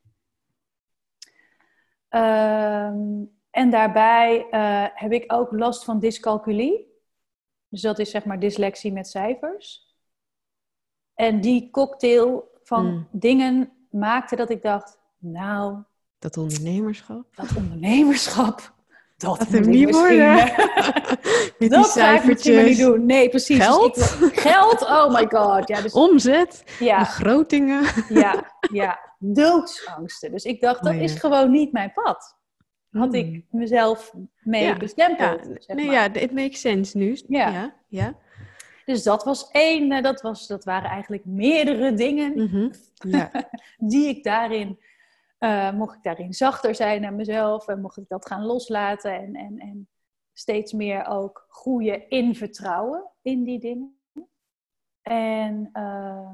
Um, en daarbij uh, heb ik ook last van dyscalculie. Dus dat is zeg maar dyslexie met cijfers. En die cocktail van Mm. dingen maakte dat ik dacht, nou... Dat ondernemerschap. Dat ondernemerschap. Dat, dat moet hem ik niet misschien... worden. dat ga ik misschien maar niet doen. Nee, precies. Geld? Dus ik, geld? Oh my god. Ja, dus, omzet. Ja. Begrotingen. Ja, ja. Doodsangsten. Dus ik dacht, dat oh, ja. is gewoon niet mijn pad. Had mm. ik mezelf mee ja. bestempeld. Ja. Zeg nee, maar. ja, it makes sense nu. Ja. ja. ja. Dus dat was één, dat, was, dat waren eigenlijk meerdere dingen mm-hmm. ja. die ik daarin, uh, mocht ik daarin zachter zijn naar mezelf en mocht ik dat gaan loslaten en, en, en steeds meer ook groeien in vertrouwen in die dingen. En uh,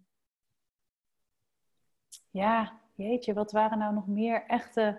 ja, jeetje, wat waren nou nog meer echte...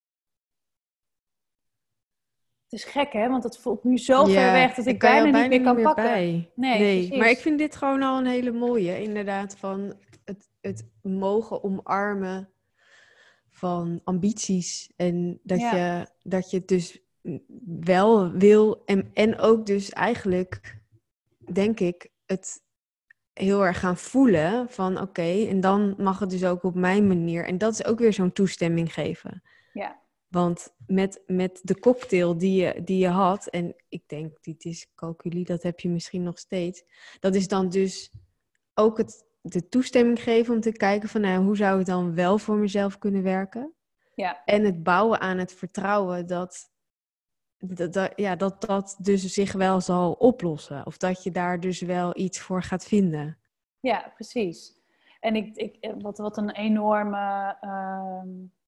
Het is gek, hè? Want het voelt nu zo ja, ver weg dat ik bijna, bijna niet meer kan meer pakken. Bij. Nee, nee maar ik vind dit gewoon al een hele mooie. Inderdaad, van het, het mogen omarmen van ambities. En dat, ja. je, dat je het dus wel wil. En, en ook dus eigenlijk, denk ik, het heel erg gaan voelen van oké, okay, en dan mag het dus ook op mijn manier. En dat is ook weer zo'n toestemming geven. Ja. Want met, met de cocktail die je, die je had, en ik denk, die dyscalculie, dat heb je misschien nog steeds. Dat is dan dus ook het, de toestemming geven om te kijken van, nou, hoe zou het dan wel voor mezelf kunnen werken? Ja. En het bouwen aan het vertrouwen dat dat, dat, ja, dat dat dus zich wel zal oplossen. Of dat je daar dus wel iets voor gaat vinden. Ja, precies. En ik, ik, wat, wat een enorme... Uh...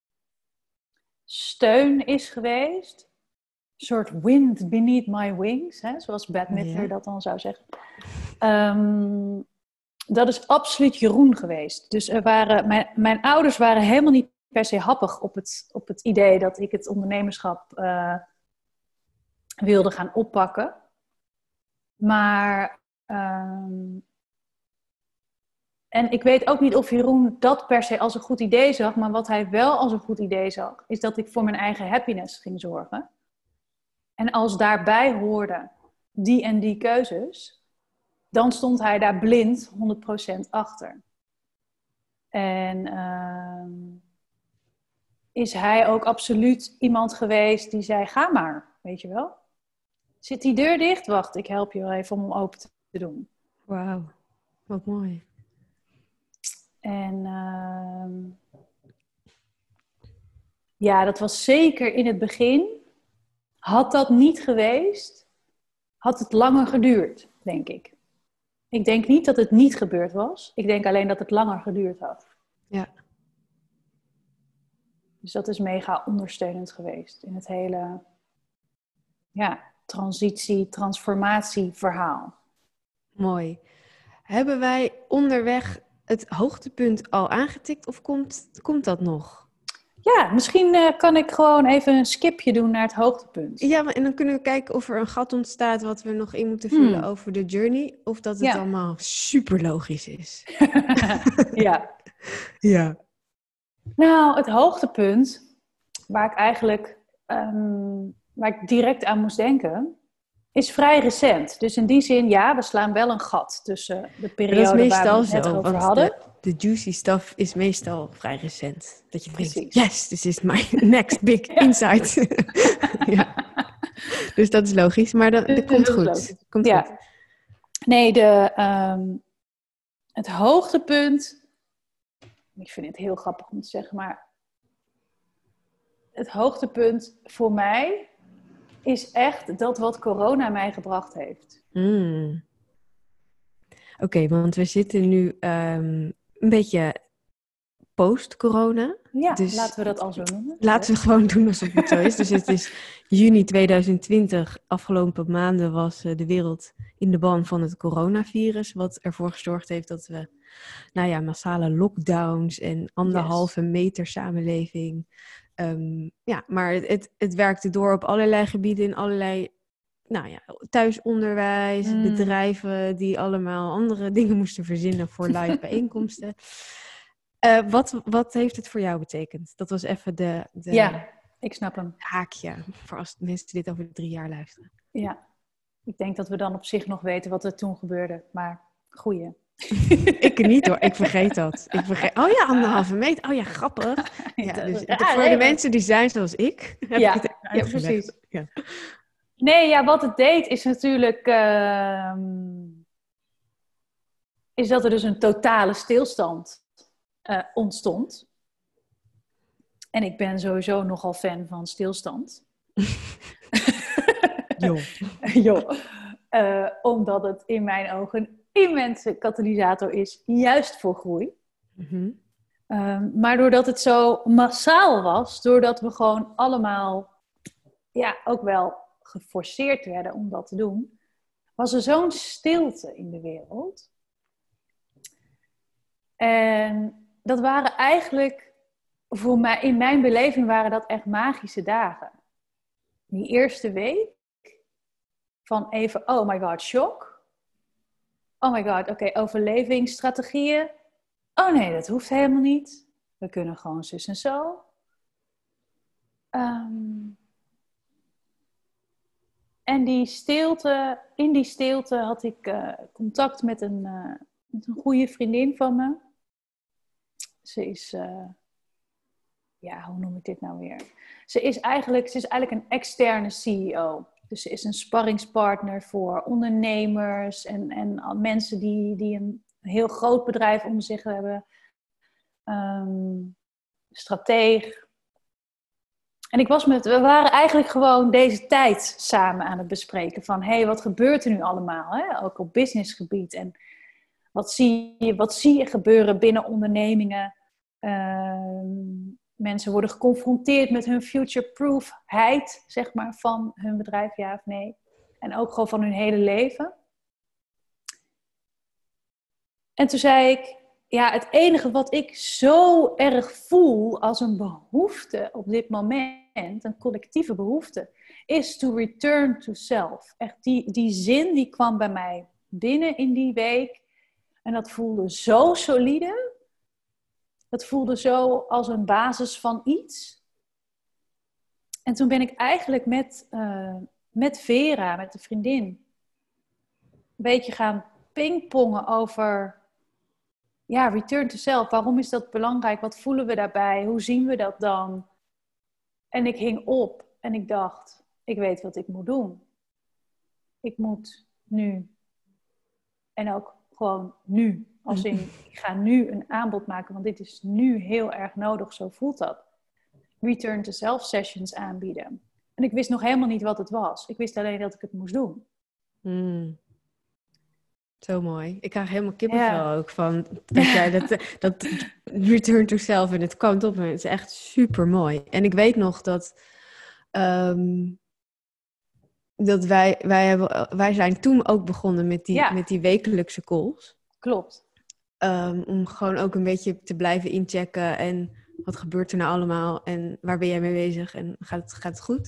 steun is geweest. Een soort wind beneath my wings, hè, zoals Bette Midler ja. dat dan zou zeggen. Um, dat is absoluut Jeroen geweest. Dus er waren, mijn, mijn ouders waren helemaal niet per se happig op het, op het idee dat ik het ondernemerschap uh, wilde gaan oppakken. Maar... Um, En ik weet ook niet of Jeroen dat per se als een goed idee zag, maar wat hij wel als een goed idee zag, is dat ik voor mijn eigen happiness ging zorgen. En als daarbij hoorde die en die keuzes, dan stond hij daar blind honderd procent achter. En uh, is hij ook absoluut iemand geweest die zei, ga maar, weet je wel. Zit die deur dicht? Wacht, ik help je wel even om hem open te doen. Wauw, wat mooi. En uh, ja, dat was zeker in het begin. Had dat niet geweest, had het langer geduurd, denk ik. Ik denk niet dat het niet gebeurd was. Ik denk alleen dat het langer geduurd had. Ja. Dus dat is mega ondersteunend geweest in het hele ja, transitie, transformatie verhaal. Mooi. Hebben wij onderweg het hoogtepunt al aangetikt of komt, komt dat nog? Ja, misschien uh, kan ik gewoon even een skipje doen naar het hoogtepunt. Ja, maar, en dan kunnen we kijken of er een gat ontstaat wat we nog in moeten vullen hmm. over de journey. Of dat het ja. allemaal super logisch is. ja. ja. Nou, het hoogtepunt waar ik eigenlijk um, waar ik direct aan moest denken, is vrij recent. Dus in die zin, ja, we slaan wel een gat tussen de periode waar we het net zo, over hadden. De, de juicy stuff is meestal vrij recent. Dat je denkt, yes, this is my next big ja. insight. ja. Dus dat is logisch, maar dat, dat, dat komt goed. Komt ja. goed. Nee, de, um, het hoogtepunt, ik vind het heel grappig om te zeggen, maar het hoogtepunt voor mij is echt dat wat corona mij gebracht heeft. Mm. Oké, okay, want we zitten nu um, een beetje post-corona. Ja, dus laten we dat al zo noemen. Laten we gewoon doen alsof het zo is. Dus het is juni tweeduizend twintig. Afgelopen maanden was uh, de wereld in de ban van het coronavirus. Wat ervoor gezorgd heeft dat we, nou ja, massale lockdowns en anderhalve yes. meter samenleving. Um, ja, maar het, het, het werkte door op allerlei gebieden in allerlei nou ja, thuisonderwijs, Mm. bedrijven die allemaal andere dingen moesten verzinnen voor live bijeenkomsten. Uh, wat, wat heeft het voor jou betekend? Dat was even de, de Ja, ik snap hem. haakje voor als mensen dit over drie jaar luisteren. Ja, ik denk dat we dan op zich nog weten wat er toen gebeurde. Maar goeie. Ik niet hoor, ik vergeet dat. Ik vergeet... Oh ja, anderhalve meter. Oh ja, grappig. Ja, dus ja, voor nee, de mensen die zijn zoals ik, heb ja, ik het even ja, precies. Ja. Nee, ja, wat het deed is natuurlijk... Uh, is dat er dus een totale stilstand uh, ontstond. En ik ben sowieso nogal fan van stilstand. Jo. jo. Uh, omdat het in mijn ogen een immense katalysator is, juist voor groei. Mm-hmm. Um, maar doordat het zo massaal was, doordat we gewoon allemaal ja, ook wel geforceerd werden om dat te doen, was er zo'n stilte in de wereld. En dat waren eigenlijk, voor mij, in mijn beleving waren dat echt magische dagen. Die eerste week van even, oh my god, shock. Oh my god, oké, okay, overlevingsstrategieën. Oh nee, dat hoeft helemaal niet. We kunnen gewoon zus en zo. Um, en die stilte, in die stilte had ik uh, contact met een, uh, met een goede vriendin van me. Ze is, uh, ja, hoe noem ik dit nou weer? Ze is eigenlijk, ze is eigenlijk een externe C E O. Dus ze is een sparringspartner voor ondernemers en, en mensen die, die een heel groot bedrijf om zich hebben. Um, strateeg. En ik was met, we waren eigenlijk gewoon deze tijd samen aan het bespreken. Van, hé, hey, wat gebeurt er nu allemaal? Hè? Ook op businessgebied. En wat zie je, wat zie je gebeuren binnen ondernemingen? Um, mensen worden geconfronteerd met hun future-proofheid, zeg maar, van hun bedrijf, ja of nee. En ook gewoon van hun hele leven. En toen zei ik, ja, het enige wat ik zo erg voel als een behoefte op dit moment, een collectieve behoefte, is to return to self. Echt, die, die zin die kwam bij mij binnen in die week. En dat voelde zo solide. Dat voelde zo als een basis van iets. En toen ben ik eigenlijk met, uh, met Vera, met de vriendin, een beetje gaan pingpongen over, ja, return to self. Waarom is dat belangrijk? Wat voelen we daarbij? Hoe zien we dat dan? En ik hing op en ik dacht, ik weet wat ik moet doen. Ik moet nu. En ook gewoon nu. Als in, ik ga nu een aanbod maken, want dit is nu heel erg nodig. Zo voelt dat. Return to self sessions aanbieden. En ik wist nog helemaal niet wat het was. Ik wist alleen dat ik het moest doen. Mm. Zo mooi. Ik krijg helemaal kippenvel ja. ook van dat jij dat, dat return to self en het kwam op me. Het is echt super mooi. En ik weet nog dat um, dat wij wij hebben wij zijn toen ook begonnen met die ja. met die wekelijkse calls. Klopt. Um, om gewoon ook een beetje te blijven inchecken en wat gebeurt er nou allemaal en waar ben jij mee bezig en gaat het, gaat het goed?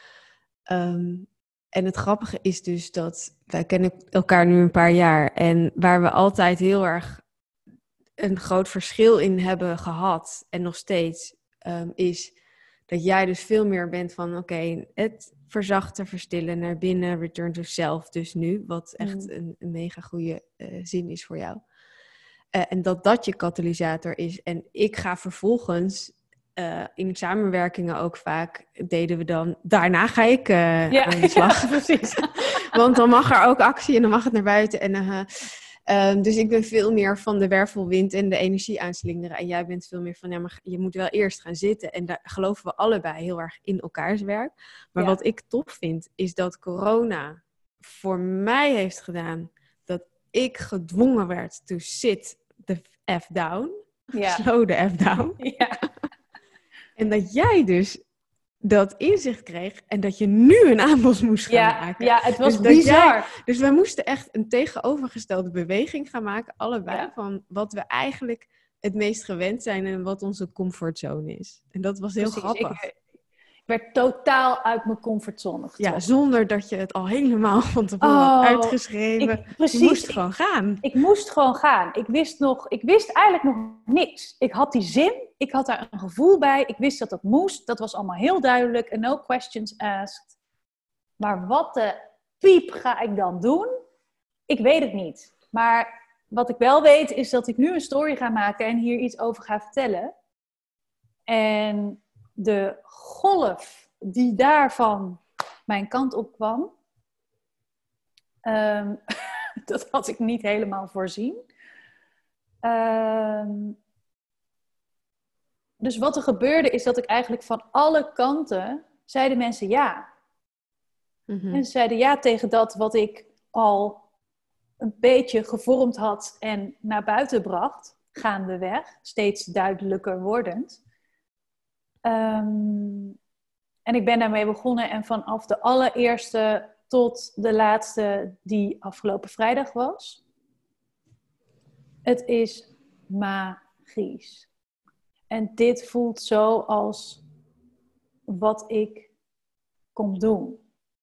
Um, en het grappige is dus dat wij kennen elkaar nu een paar jaar en waar we altijd heel erg een groot verschil in hebben gehad en nog steeds um, is dat jij dus veel meer bent van oké, okay, het verzachten, verstillen naar binnen, return to self dus nu, wat echt mm. een, een mega goede uh, zin is voor jou. Uh, en dat dat je katalysator is. En ik ga vervolgens, uh, in samenwerkingen ook vaak, deden we dan, daarna ga ik uh, ja, aan de slag. Ja, precies. Want dan mag er ook actie en dan mag het naar buiten. En, uh, uh, dus ik ben veel meer van de wervelwind en de energie aanslingeren. En jij bent veel meer van, ja, maar je moet wel eerst gaan zitten. En daar geloven we allebei heel erg in elkaars werk. Maar ja. Wat ik tof vind, is dat corona voor mij heeft gedaan dat ik gedwongen werd to sit the F down. Ja. Slow the F down. Ja. En dat jij dus dat inzicht kreeg en dat je nu een aanbod moest gaan ja, maken. Ja, het was dus bizar. Jij, dus wij moesten echt een tegenovergestelde beweging gaan maken, allebei, ja. Van wat we eigenlijk het meest gewend zijn en wat onze comfortzone is. En dat was heel Precies, grappig. Ik, werd totaal uit mijn comfortzone getrokken. Ja, zonder dat je het al helemaal van tevoren Oh, had uitgeschreven. Ik, precies, je moest ik, gewoon gaan. Ik moest gewoon gaan. Ik wist, nog, ik wist eigenlijk nog niks. Ik had die zin, ik had daar een gevoel bij. Ik wist dat dat moest. Dat was allemaal heel duidelijk. En no questions asked. Maar wat de piep ga ik dan doen? Ik weet het niet. Maar wat ik wel weet is dat ik nu een story ga maken en hier iets over ga vertellen. En de golf die daarvan mijn kant op kwam, um, dat had ik niet helemaal voorzien. Um, dus wat er gebeurde is dat ik eigenlijk van alle kanten zeiden mensen ja. Mm-hmm. En ze zeiden ja tegen dat wat ik al een beetje gevormd had en naar buiten bracht, gaandeweg, steeds duidelijker wordend. Um, en ik ben daarmee begonnen en vanaf de allereerste tot de laatste die afgelopen vrijdag was. Het is magisch. En dit voelt zo als wat ik kom doen.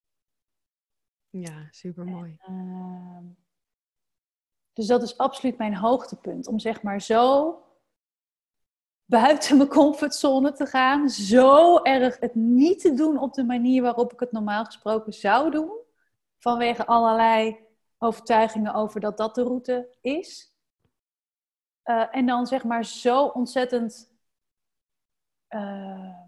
Ja, supermooi. Uh, dus dat is absoluut mijn hoogtepunt. Om zeg maar zo buiten mijn comfortzone te gaan. Zo erg het niet te doen op de manier waarop ik het normaal gesproken zou doen. Vanwege allerlei overtuigingen over dat dat de route is. Uh, en dan zeg maar zo ontzettend... Uh,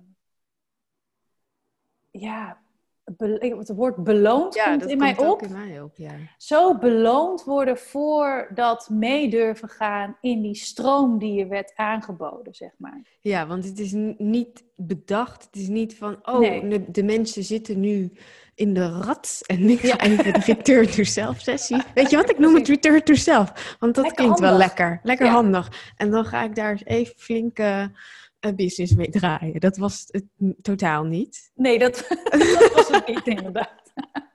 ja... Be- het woord beloond ja, komt dat in komt mij op. Ook in mij op ja. Zo beloond worden voor dat mee durven gaan in die stroom die je werd aangeboden, zeg maar. Ja, want het is n- niet bedacht. Het is niet van, oh, Nee. de, de mensen zitten nu in de rat en ik ga Ja. even de return to self sessie. Weet je wat, ik noem het return to self. Want dat Lekker klinkt handig. wel lekker. Lekker Ja. handig. En dan ga ik daar eens even flinke uh, business mee draaien. Dat was het n- totaal niet. Nee, dat, dat was het niet inderdaad.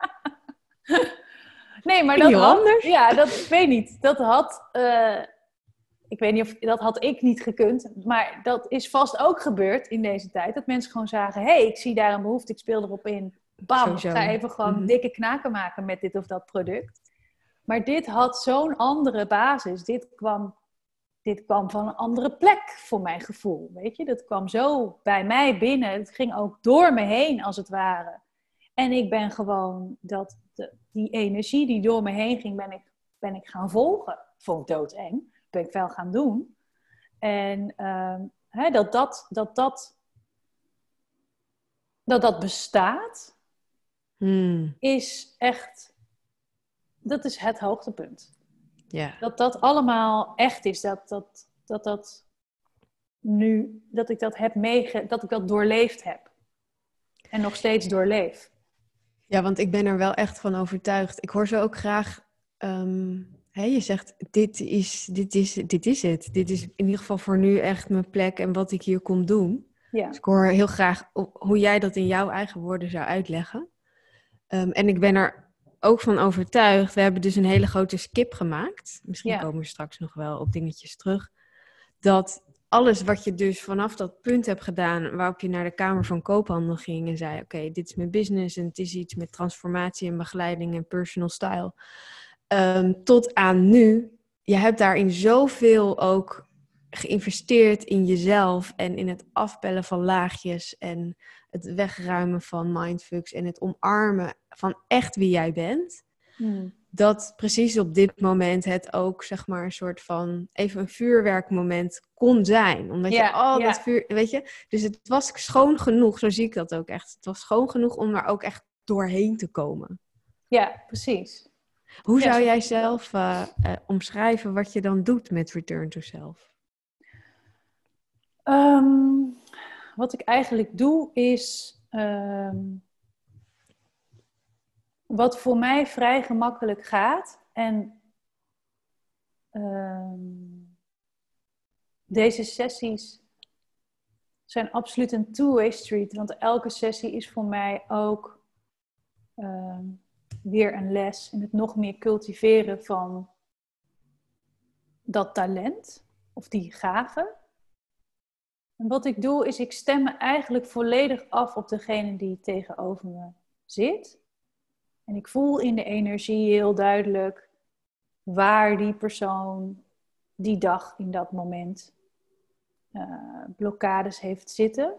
Nee, maar dat Heel had... anders. Ja, dat, ik weet niet. Dat had... Uh, ik weet niet of... Dat had ik niet gekund. Maar dat is vast ook gebeurd in deze tijd. Dat mensen gewoon zagen... Hé, hey, ik zie daar een behoefte. Ik speel erop in. Bam, Sowieso. ik ga even gewoon Mm-hmm. dikke knaken maken met dit of dat product. Maar dit had zo'n andere basis. Dit kwam, dit kwam van een andere plek voor mijn gevoel. Weet je, dat kwam zo bij mij binnen. Het ging ook door me heen als het ware. En ik ben gewoon dat, de, die energie die door me heen ging, ben ik, ben ik gaan volgen. Vond ik doodeng. Ben ik wel gaan doen. En uh, hè, dat, dat, dat, dat, dat dat bestaat, Hmm. is echt, dat is het hoogtepunt. Ja. Dat dat allemaal echt is. Dat dat, dat, dat nu, dat ik dat heb meege, dat ik dat doorleefd heb. En nog steeds doorleef. Ja, want ik ben er wel echt van overtuigd. Ik hoor ze ook graag... Um, hè, je zegt, dit is, dit, is, dit is het. Dit is in ieder geval voor nu echt mijn plek en wat ik hier kom doen. Ja. Dus ik hoor heel graag hoe jij dat in jouw eigen woorden zou uitleggen. Um, en ik ben er ook van overtuigd. We hebben dus een hele grote skip gemaakt. Misschien Ja. komen we straks nog wel op dingetjes terug. Dat alles wat je dus vanaf dat punt hebt gedaan, waarop je naar de Kamer van Koophandel ging en zei, oké, okay, dit is mijn business en het is iets met transformatie en begeleiding en personal style. Um, tot aan nu, je hebt daarin zoveel ook geïnvesteerd in jezelf en in het afpellen van laagjes en het wegruimen van mindfucks en het omarmen van echt wie jij bent. Hmm. Dat precies op dit moment het ook, zeg maar, een soort van even een vuurwerkmoment kon zijn. Omdat Ja, je al ja. dat vuur, weet je. Dus het was schoon genoeg, zo zie ik dat ook echt. Het was schoon genoeg om er ook echt doorheen te komen. Ja, precies. Hoe Ja, zou zo- jij zelf uh, uh, omschrijven wat je dan doet met Return to Self? Um, wat ik eigenlijk doe is... Um, wat voor mij vrij gemakkelijk gaat. En um, deze sessies zijn absoluut een two-way street. Want elke sessie is voor mij ook um, weer een les in het nog meer cultiveren van dat talent. Of die gave. En wat ik doe is, ik stem me eigenlijk volledig af op degene die tegenover me zit. En ik voel in de energie heel duidelijk waar die persoon die dag in dat moment uh, blokkades heeft zitten.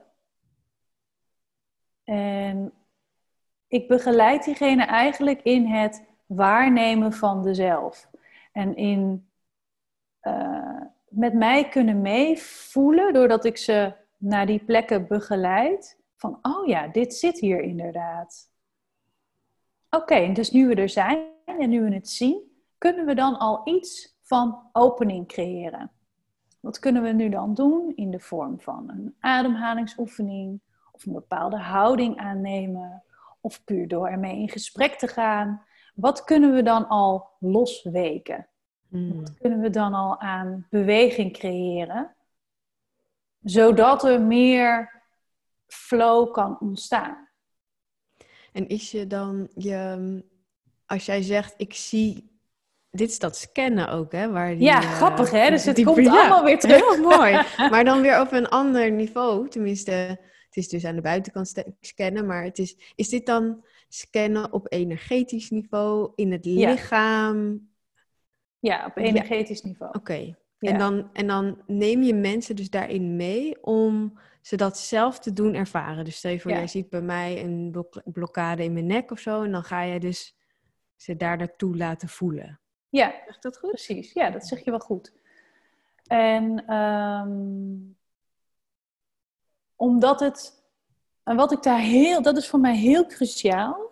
En ik begeleid diegene eigenlijk in het waarnemen van de zelf. En in uh, met mij kunnen meevoelen, doordat ik ze naar die plekken begeleid. Van, oh ja, dit zit hier inderdaad. Oké, okay, dus nu we er zijn en nu we het zien, kunnen we dan al iets van opening creëren. Wat kunnen we nu dan doen in de vorm van een ademhalingsoefening, of een bepaalde houding aannemen, of puur door ermee in gesprek te gaan. Wat kunnen we dan al losweken? Hmm. Wat kunnen we dan al aan beweging creëren, zodat er meer flow kan ontstaan? En is je dan, je, als jij zegt, ik zie, dit is dat scannen ook, hè? Waar die, ja, uh, grappig hè, dus het die, komt ja, allemaal weer terug. Heel mooi, maar dan weer op een ander niveau, tenminste, het is dus aan de buitenkant scannen, maar het is, is dit dan scannen op energetisch niveau, in het ja. lichaam? Ja, op energetisch ja. niveau. Oké, okay. ja. en, dan, en dan neem je mensen dus daarin mee om ze dat zelf te doen ervaren. Dus stel je voor, ja. jij ziet bij mij een blok- blokkade in mijn nek of zo, en dan ga je dus ze daar naartoe laten voelen. Ja, zeg dat goed? Precies. Ja, dat zeg je wel goed. En um, omdat het, en wat ik daar heel, dat is voor mij heel cruciaal,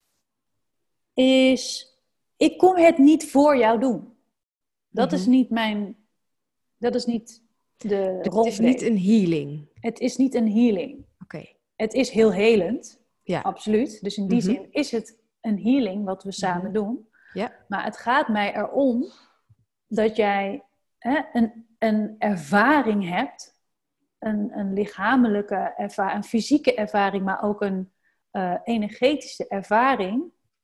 is, ik kom het niet voor jou doen. Dat mm-hmm. is niet mijn, dat is niet de rol. Het is niet een healing. Het is niet een healing. Oké. Okay. Het is heel helend, ja. absoluut. Dus in die mm-hmm. zin is het een healing wat we samen mm-hmm. doen. Ja. Maar het gaat mij erom dat jij hè, een, een ervaring hebt, een, een lichamelijke ervaring, een fysieke ervaring, maar ook een uh, energetische ervaring,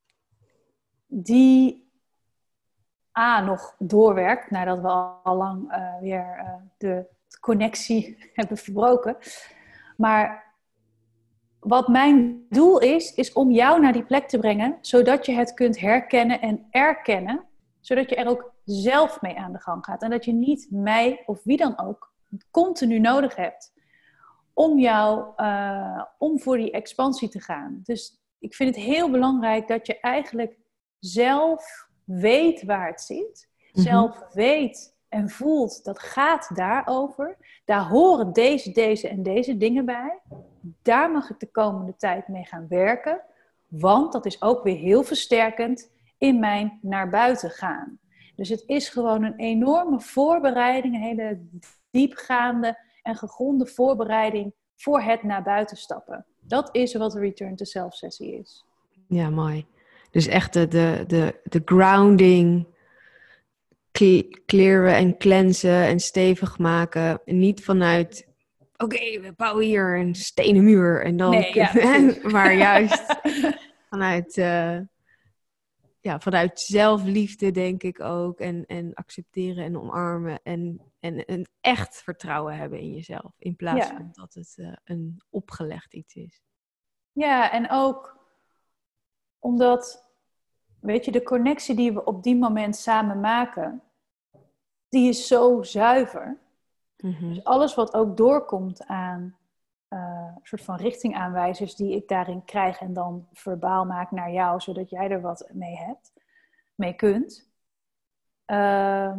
die A, nog doorwerkt, nadat we al lang uh, weer uh, de connectie hebben verbroken. Maar wat mijn doel is, is om jou naar die plek te brengen, zodat je het kunt herkennen en erkennen, zodat je er ook zelf mee aan de gang gaat. En dat je niet mij of wie dan ook continu nodig hebt om jou, uh, om voor die expansie te gaan. Dus ik vind het heel belangrijk dat je eigenlijk zelf weet waar het zit. Mm-hmm. Zelf weet en voelt, dat gaat daarover. Daar horen deze, deze en deze dingen bij. Daar mag ik de komende tijd mee gaan werken. Want dat is ook weer heel versterkend in mijn naar buiten gaan. Dus het is gewoon een enorme voorbereiding. Een hele diepgaande en gegronde voorbereiding voor het naar buiten stappen. Dat is wat de Return to Self sessie is. Ja, mooi. Dus echt de, de, de, de grounding, clearen en cleansen en stevig maken. En niet vanuit, oké, okay, we bouwen hier een stenen muur. En dan, nee, ja, maar juist vanuit, uh, ja, vanuit zelfliefde denk ik ook. En, en accepteren en omarmen. En, en een echt vertrouwen hebben in jezelf. In plaats ja. van dat het uh, een opgelegd iets is. Ja, en ook omdat, weet je, de connectie die we op die moment samen maken, die is zo zuiver. Mm-hmm. Dus alles wat ook doorkomt aan uh, een soort van richtingaanwijzers die ik daarin krijg en dan verbaal maak naar jou, zodat jij er wat mee hebt, mee kunt. Uh,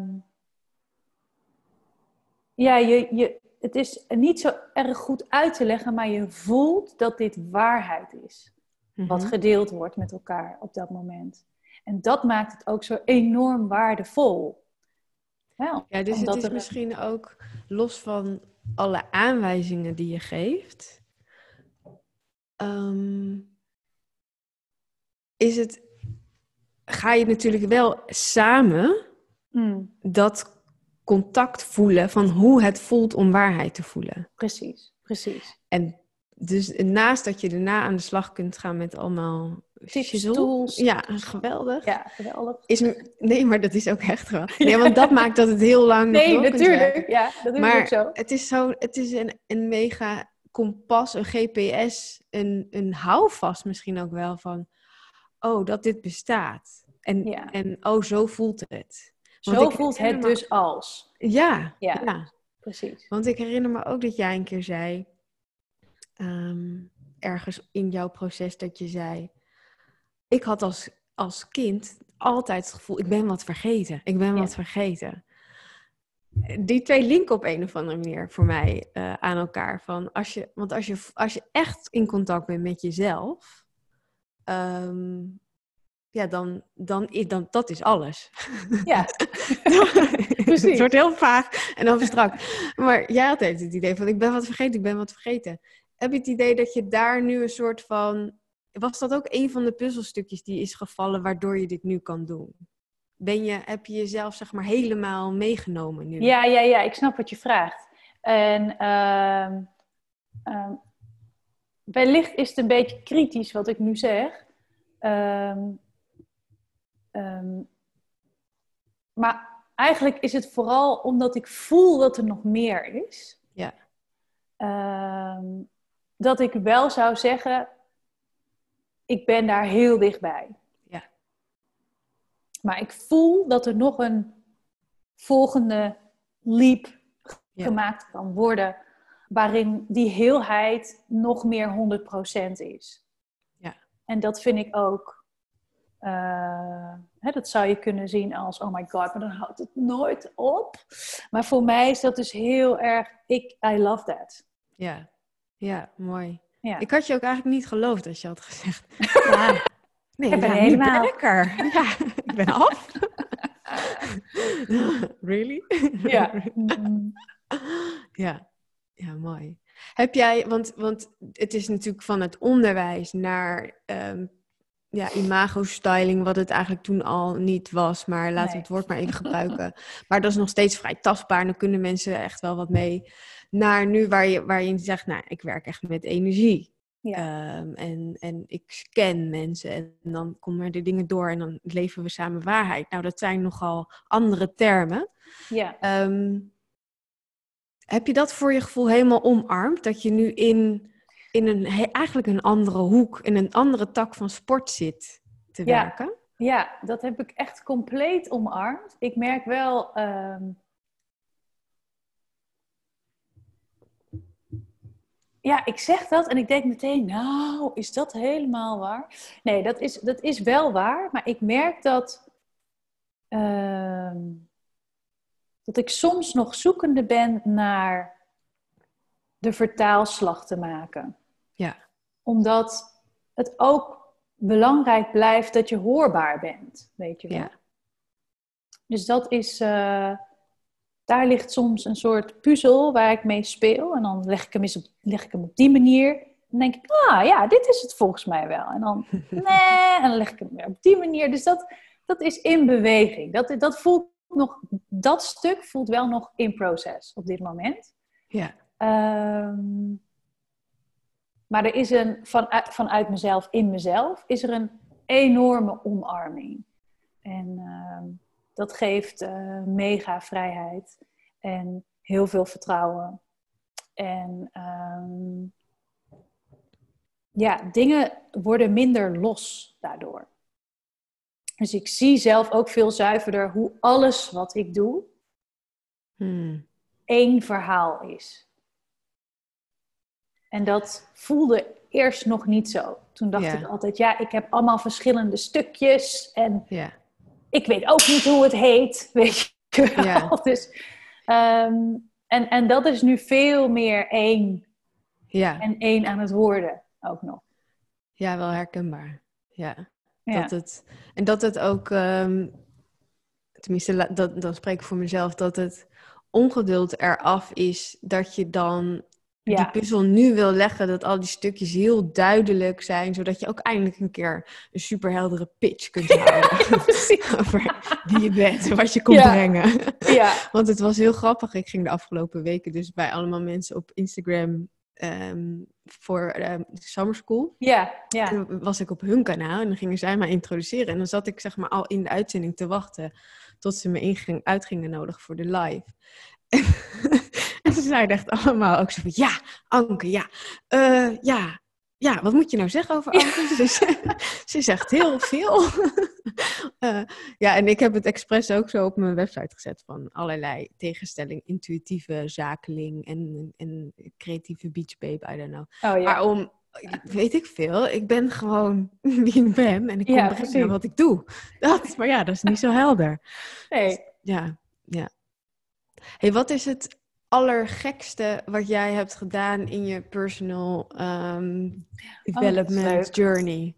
ja, je, je, het is niet zo erg goed uit te leggen, maar je voelt dat dit waarheid is. Mm-hmm. Wat gedeeld wordt met elkaar op dat moment. En dat maakt het ook zo enorm waardevol. Ja, ja dus het is er... misschien ook los van alle aanwijzingen die je geeft. Um, is het, ga je natuurlijk wel samen mm. dat contact voelen van hoe het voelt om waarheid te voelen. Precies, precies. En dus naast dat je daarna aan de slag kunt gaan met allemaal tips, tools. Ja, geweldig. Ja, geweldig. Is, nee, maar dat is ook echt geweldig. Nee, want dat maakt dat het heel lang nog Nee, door natuurlijk. kunt Ja, dat is maar ook zo. Het is, zo, het is een, een mega kompas, een G P S, een, een houvast misschien ook wel van, oh, dat dit bestaat. En, Ja. en oh, zo voelt het. Want Zo ik voelt het me, dus als. Ja, ja, ja, precies. Want ik herinner me ook dat jij een keer zei, um, ergens in jouw proces dat je zei, ik had als, als kind altijd het gevoel, ik ben wat vergeten. Ik ben ja. wat vergeten. Die twee linken op een of andere manier voor mij uh, aan elkaar. Van als je, want als je, als je echt in contact bent met jezelf, um, ja, dan, dan is dan, dat is alles. Ja, precies. Het wordt heel vaag en abstract. Maar jij had het idee van, ik ben wat vergeten, ik ben wat vergeten. Heb je het idee dat je daar nu een soort van, was dat ook een van de puzzelstukjes die is gevallen waardoor je dit nu kan doen? Ben je, heb je jezelf zeg maar helemaal meegenomen nu? Ja, ja, ja, ik snap wat je vraagt. En uh, uh, wellicht is het een beetje kritisch wat ik nu zeg. Um, um, maar eigenlijk is het vooral omdat ik voel dat er nog meer is. Ja. Um, dat ik wel zou zeggen, ik ben daar heel dichtbij. Ja. Maar ik voel dat er nog een volgende leap ja. gemaakt kan worden, waarin die heelheid nog meer honderd procent is. Ja. En dat vind ik ook, uh, hè, dat zou je kunnen zien als, oh my god, maar dan houdt het nooit op. Maar voor mij is dat dus heel erg, ik, I love that. Ja, ja, mooi. Ja. Ik had je ook eigenlijk niet geloofd als je had gezegd. Ja. Nee, ik ben ja, helemaal lekker. Ja, ik ben af. Really? Ja. ja. Ja, mooi. Heb jij, want, want het is natuurlijk van het onderwijs naar um, ja, imago-styling, wat het eigenlijk toen al niet was, maar laten we nee. het woord maar even gebruiken. Maar dat is nog steeds vrij tastbaar, dan kunnen mensen echt wel wat mee. Naar nu waar je, waar je zegt, nou, ik werk echt met energie. Ja. Um, en, en ik scan mensen en dan komen er de dingen door en dan leven we samen waarheid. Nou, dat zijn nogal andere termen. Ja. Um, heb je dat voor je gevoel helemaal omarmd? Dat je nu in, in een, eigenlijk een andere hoek, in een andere tak van sport zit te ja. werken? Ja, dat heb ik echt compleet omarmd. Ik merk wel... Um... Ja, ik zeg dat en ik denk meteen, nou, is dat helemaal waar? Nee, dat is, dat is wel waar, maar ik merk dat, uh, dat ik soms nog zoekende ben naar de vertaalslag te maken. Ja. Omdat het ook belangrijk blijft dat je hoorbaar bent, weet je wel. Ja. Dus dat is... Uh, Daar ligt soms een soort puzzel waar ik mee speel. En dan leg ik hem, eens op, leg ik hem op die manier. Dan denk ik, ah ja, dit is het volgens mij wel. En dan, nee, en dan leg ik hem weer op die manier. Dus dat, dat is in beweging. Dat, dat, voelt nog, dat stuk voelt wel nog in proces op dit moment. Ja. Um, maar er is een, vanuit, vanuit mezelf, in mezelf, is er een enorme omarming. En... Um, Dat geeft uh, mega vrijheid en heel veel vertrouwen. En um, ja, dingen worden minder los daardoor. Dus ik zie zelf ook veel zuiverder hoe alles wat ik doe hmm. één verhaal is. En dat voelde eerst nog niet zo. Toen dacht yeah. ik altijd, ja, ik heb allemaal verschillende stukjes en... Yeah. Ik weet ook niet hoe het heet, weet je wel. Ja. Dus, um, en, en dat is nu veel meer één. Ja. En één aan het worden ook nog. Ja, wel herkenbaar. Ja. ja. Dat het, en dat het ook, um, tenminste, dat, dan spreek ik voor mezelf, dat het ongeduld eraf is dat je dan... Ja. Die puzzel nu wil leggen, dat al die stukjes heel duidelijk zijn, zodat je ook eindelijk een keer een superheldere pitch kunt houden. Ja, precies. Over wie je bent en wat je komt ja. brengen. Ja. Want het was heel grappig. Ik ging de afgelopen weken dus bij allemaal mensen op Instagram um, voor uh, summer school. Ja, ja. En dan was ik op hun kanaal en dan gingen zij mij introduceren. En dan zat ik zeg maar al in de uitzending te wachten tot ze me inging, uit gingen nodigen voor de live. En, en ze zeiden echt allemaal ook zo van, ja, Anke, ja, uh, ja, ja, wat moet je nou zeggen over Anke? Ja. Ze, ze zegt heel veel. uh, ja, en ik heb het expres ook zo op mijn website gezet van allerlei tegenstelling, intuïtieve zakeling en, en creatieve beach babe, I don't know. Oh, ja. Maar om, weet ik veel, ik ben gewoon wie ik ben en ik kom ja, brengen naar wat ik doe. Dat, maar ja, dat is niet zo helder. Nee. Ja, ja. Hey, wat is het allergekste wat jij hebt gedaan in je personal um, development oh, journey?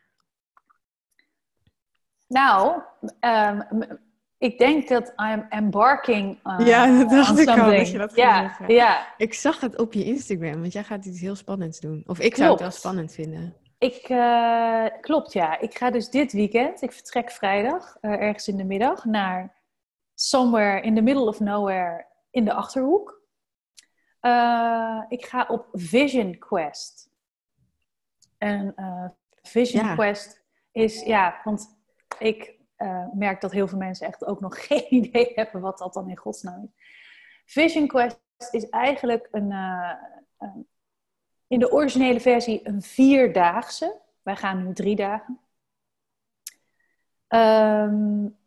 Nou, um, ik denk dat I'm embarking uh, ja, dat dacht ik al dat je dat ging ja, zeggen. Ja. Ik zag het op je Instagram, want jij gaat iets heel spannends doen. Of ik Klopt. zou het wel spannend vinden. Ik, uh, klopt, ja. Ik ga dus dit weekend, ik vertrek vrijdag, uh, ergens in de middag, naar somewhere in the middle of nowhere in de Achterhoek. Uh, ik ga op Vision Quest. En uh, Vision ja. Quest is, ja, want ik uh, merk dat heel veel mensen echt ook nog geen idee hebben wat dat dan in godsnaam is. Vision Quest is eigenlijk een, uh, uh, in de originele versie een vierdaagse. Wij gaan nu drie dagen. Um,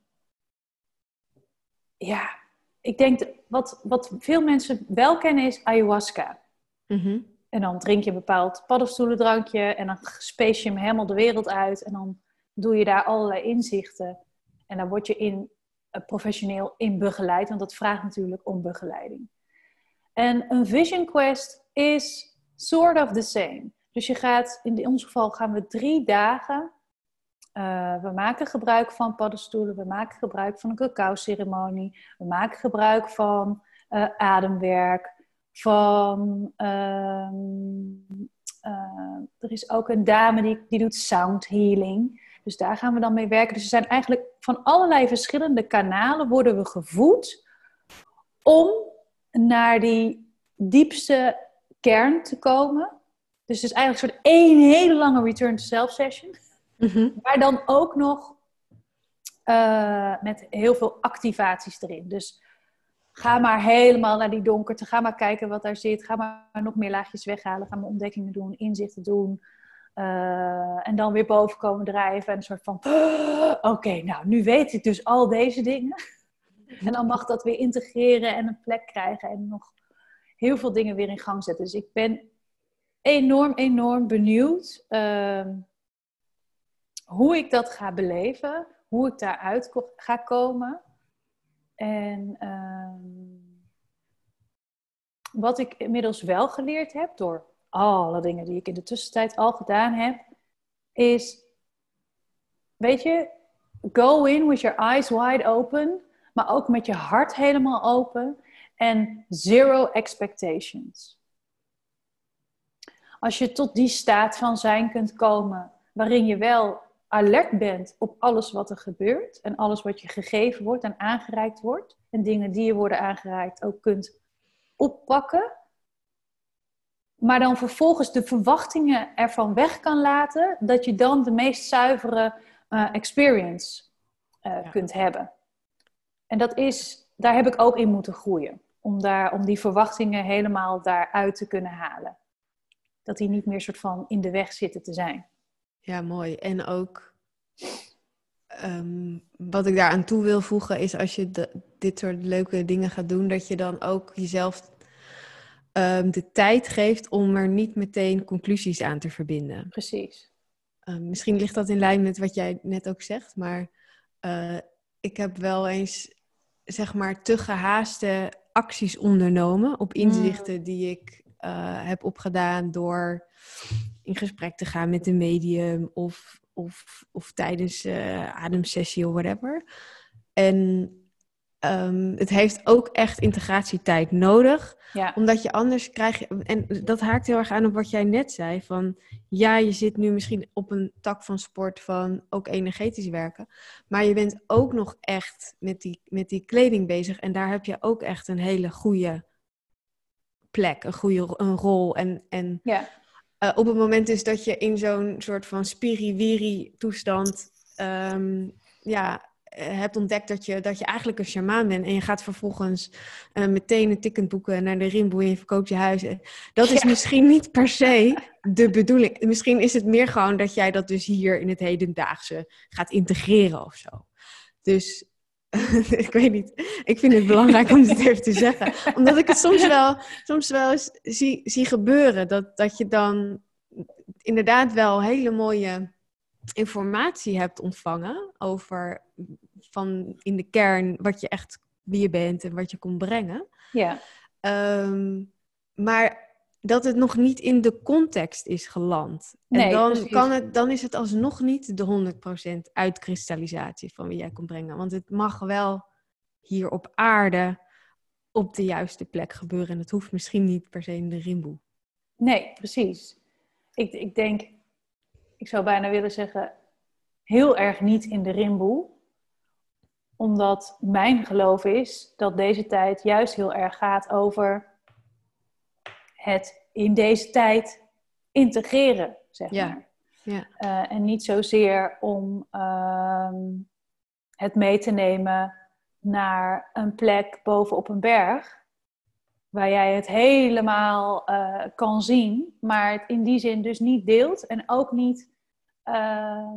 ja, ik denk dat wat, wat veel mensen wel kennen is ayahuasca. Mm-hmm. En dan drink je een bepaald paddenstoelendrankje en dan space je hem helemaal de wereld uit. En dan doe je daar allerlei inzichten. En dan word je in, uh, professioneel in begeleid, want dat vraagt natuurlijk om begeleiding. En een Vision Quest is sort of the same. Dus je gaat, in ons geval gaan we drie dagen. Uh, we maken gebruik van paddenstoelen, we maken gebruik van een cacao-ceremonie, we maken gebruik van uh, ademwerk, van... Uh, uh, er is ook een dame die, die doet sound healing. Dus daar gaan we dan mee werken. Dus er zijn eigenlijk van allerlei verschillende kanalen worden we gevoed om naar die diepste kern te komen. Dus het is eigenlijk een soort één hele lange return to self session. Mm-hmm. Maar dan ook nog uh, met heel veel activaties erin. Dus ga maar helemaal naar die donkerte. Ga maar kijken wat daar zit. Ga maar nog meer laagjes weghalen. Ga maar ontdekkingen doen, inzichten doen. Uh, en dan weer boven komen drijven. En een soort van, oh, oké, okay, nou nu weet ik dus al deze dingen. En dan mag dat weer integreren en een plek krijgen. En nog heel veel dingen weer in gang zetten. Dus ik ben enorm, enorm benieuwd... Uh, hoe ik dat ga beleven, hoe ik daaruit ko- ga komen. En um, wat ik inmiddels wel geleerd heb, door alle dingen die ik in de tussentijd al gedaan heb, is, weet je, go in with your eyes wide open, maar ook met je hart helemaal open en zero expectations. Als je tot die staat van zijn kunt komen, waarin je wel alert bent op alles wat er gebeurt en alles wat je gegeven wordt en aangereikt wordt en dingen die je worden aangereikt ook kunt oppakken, maar dan vervolgens de verwachtingen ervan weg kan laten, dat je dan de meest zuivere uh, experience uh, ja. kunt hebben. En dat is, daar heb ik ook in moeten groeien, om, daar, om die verwachtingen helemaal daaruit te kunnen halen. Dat die niet meer soort van in de weg zitten te zijn. Ja, mooi. En ook um, wat ik daar aan toe wil voegen is als je de, dit soort leuke dingen gaat doen, dat je dan ook jezelf um, de tijd geeft om er niet meteen conclusies aan te verbinden. Precies. Um, misschien ligt dat in lijn met wat jij net ook zegt, maar uh, ik heb wel eens zeg maar te gehaaste acties ondernomen op inzichten mm. die ik uh, heb opgedaan door in gesprek te gaan met een medium of, of, of tijdens uh, ademsessie of whatever. En um, het heeft ook echt integratietijd nodig. Ja. Omdat je anders krijg je... En dat haakt heel erg aan op wat jij net zei. Van ja, je zit nu misschien op een tak van sport van ook energetisch werken. Maar je bent ook nog echt met die, met die kleding bezig. En daar heb je ook echt een hele goede plek. Een goede een rol. En, en ja. uh, op het moment dus dat je in zo'n soort van spiriwiri toestand um, ja, hebt ontdekt dat je, dat je eigenlijk een shamaan bent en je gaat vervolgens uh, meteen een ticket boeken naar de Rimboe en je verkoopt je huis. Dat is ja. misschien niet per se de bedoeling. Misschien is het meer gewoon dat jij dat dus hier in het hedendaagse gaat integreren of zo. Dus ik weet niet. Ik vind het belangrijk om dit even te zeggen. Omdat ik het soms wel, soms wel eens zie, zie gebeuren. Dat, dat je dan inderdaad wel hele mooie informatie hebt ontvangen over van in de kern wat je echt wie je bent en wat je kon brengen. Ja. Um, maar dat het nog niet in de context is geland. Nee, en dan, precies. kan het, dan is het alsnog niet de honderd procent uitkristallisatie van wie jij kon brengen. Want het mag wel hier op aarde op de juiste plek gebeuren. En het hoeft misschien niet per se in de Rimboe. Nee, precies. Ik, ik denk, ik zou bijna willen zeggen, heel erg niet in de Rimboe. Omdat mijn geloof is dat deze tijd juist heel erg gaat over het in deze tijd integreren, zeg ja. maar. Ja. Uh, en niet zozeer om uh, het mee te nemen naar een plek bovenop een berg, waar jij het helemaal uh, kan zien, maar het in die zin dus niet deelt en ook niet uh,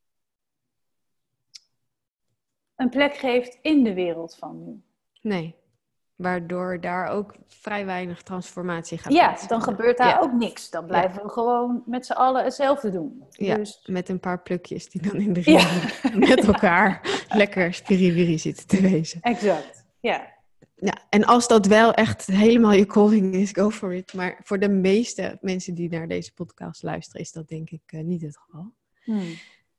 een plek geeft in de wereld van nu. Nee, waardoor daar ook vrij weinig transformatie gaat Ja, plaatsvinden. dan gebeurt daar ja. ook niks. Dan blijven ja. we gewoon met z'n allen hetzelfde doen. Ja, dus... met een paar plukjes die dan in de ring ja. met elkaar lekker spiriwiri zitten te wezen. Exact, ja. Ja, en als dat wel echt helemaal je calling is, go for it. Maar voor de meeste mensen die naar deze podcast luisteren, is dat denk ik uh, niet het geval. Hmm.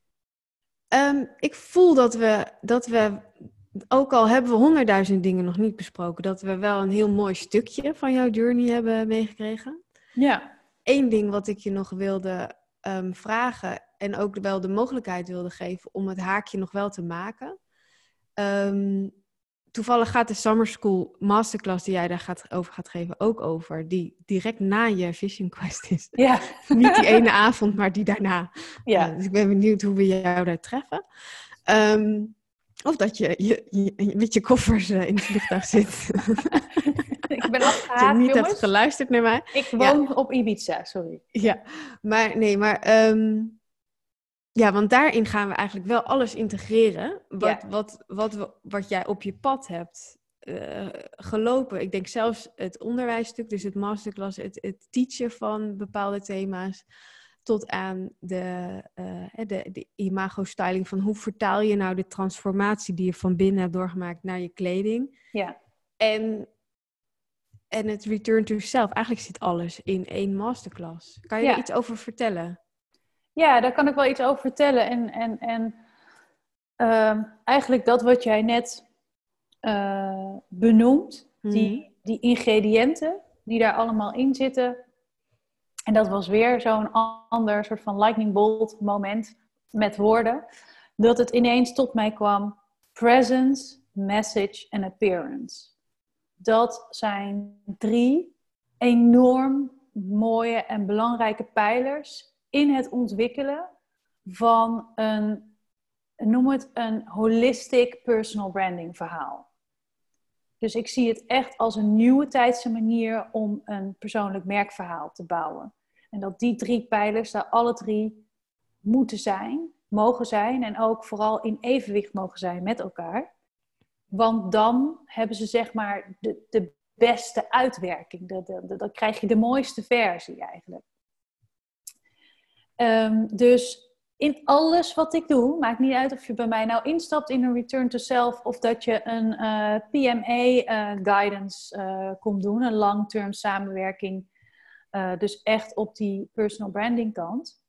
Um, ik voel dat we, dat we, ook al hebben we honderdduizend dingen nog niet besproken, dat we wel een heel mooi stukje van jouw journey hebben meegekregen. Ja. Eén ding wat ik je nog wilde um, vragen en ook wel de mogelijkheid wilde geven om het haakje nog wel te maken. Um, toevallig gaat de Summer School Masterclass die jij daar gaat, over gaat geven ook over, die direct na je Vision Quest is. Ja. Niet die ene avond, maar die daarna. Ja. Uh, dus ik ben benieuwd hoe we jou daar treffen. Um, of dat je, je, je met je koffers uh, in het vliegtuig zit. Ik ben afgehaakt, dat je niet jongens. hebt geluisterd naar mij. Ik woon ja. op Ibiza, sorry. Ja, maar nee, maar... Um, ja, want daarin gaan we eigenlijk wel alles integreren. Wat, Ja. wat, wat, wat, wat jij op je pad hebt uh, gelopen. Ik denk zelfs het onderwijsstuk, dus het masterclass, het, het teachen van bepaalde thema's. Tot aan de, uh, de, de imago-styling van hoe vertaal je nou de transformatie die je van binnen hebt doorgemaakt naar je kleding. Ja. En, en het return to self. Eigenlijk zit alles in één masterclass. Kan je ja. er iets over vertellen? Ja, daar kan ik wel iets over vertellen. En, en, en uh, eigenlijk dat wat jij net uh, benoemt, mm. die, die ingrediënten die daar allemaal in zitten. En dat was weer zo'n ander soort van lightning bolt moment met woorden. Dat het ineens tot mij kwam. Presence, message en appearance. Dat zijn drie enorm mooie en belangrijke pijlers in het ontwikkelen van een, noem het een holistic personal branding verhaal. Dus ik zie het echt als een nieuwe tijdse manier om een persoonlijk merkverhaal te bouwen. En dat die drie pijlers daar alle drie moeten zijn, mogen zijn en ook vooral in evenwicht mogen zijn met elkaar. Want dan hebben ze zeg maar de, de beste uitwerking. De, de, de, dan krijg je de mooiste versie eigenlijk. Um, dus in alles wat ik doe, maakt niet uit of je bij mij nou instapt in een return to self of dat je een uh, P M A uh, guidance uh, komt doen, een long-term samenwerking. Uh, dus echt op die personal branding kant.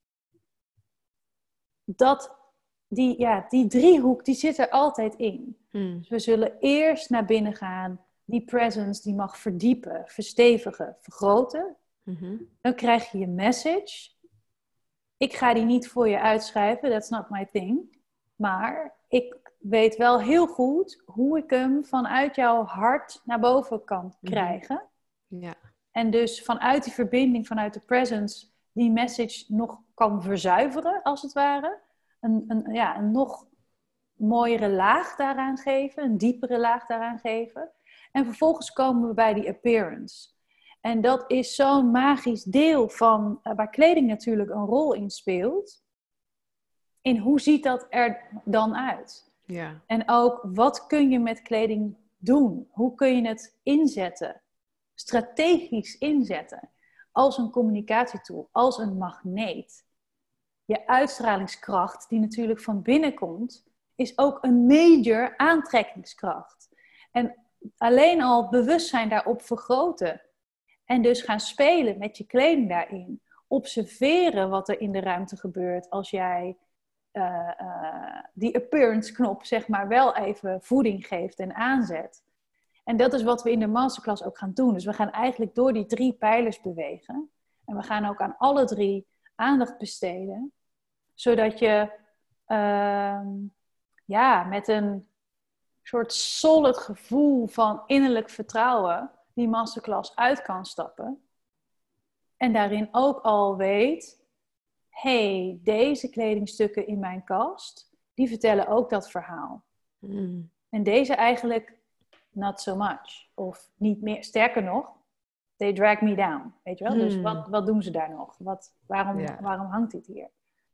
Dat, die, ja, die driehoek, die zit er altijd in. Hmm. Dus we zullen eerst naar binnen gaan. Die presence, die mag verdiepen, verstevigen, vergroten. Mm-hmm. Dan krijg je je message. Ik ga die niet voor je uitschrijven, that's not my thing. Maar ik weet wel heel goed hoe ik hem vanuit jouw hart naar boven kan krijgen. Mm-hmm. Ja. En dus vanuit die verbinding, vanuit de presence, die message nog kan verzuiveren, als het ware. Een, een, ja, een nog mooiere laag daaraan geven, een diepere laag daaraan geven. En vervolgens komen we bij die appearance. En dat is zo'n magisch deel van, uh, waar kleding natuurlijk een rol in speelt. In hoe ziet dat er dan uit? Ja. En ook, wat kun je met kleding doen? Hoe kun je het inzetten? Strategisch inzetten. Als een communicatietool, als een magneet. Je uitstralingskracht, die natuurlijk van binnen komt, is ook een major aantrekkingskracht. En alleen al bewustzijn daarop vergroten. En dus gaan spelen met je kleding daarin. Observeren wat er in de ruimte gebeurt als jij uh, uh, die appearance knop zeg maar wel even voeding geeft en aanzet. En dat is wat we in de masterclass ook gaan doen. Dus we gaan eigenlijk door die drie pijlers bewegen. En we gaan ook aan alle drie aandacht besteden. Zodat je uh, ja, met een soort solid gevoel van innerlijk vertrouwen die masterclass uit kan stappen. En daarin ook al weet, hey, deze kledingstukken in mijn kast, die vertellen ook dat verhaal. Mm. En deze eigenlijk not so much. Of niet meer, sterker nog, they drag me down. Weet je wel? Mm. Dus wat, wat doen ze daar nog? Wat, waarom, yeah. waarom hangt dit hier?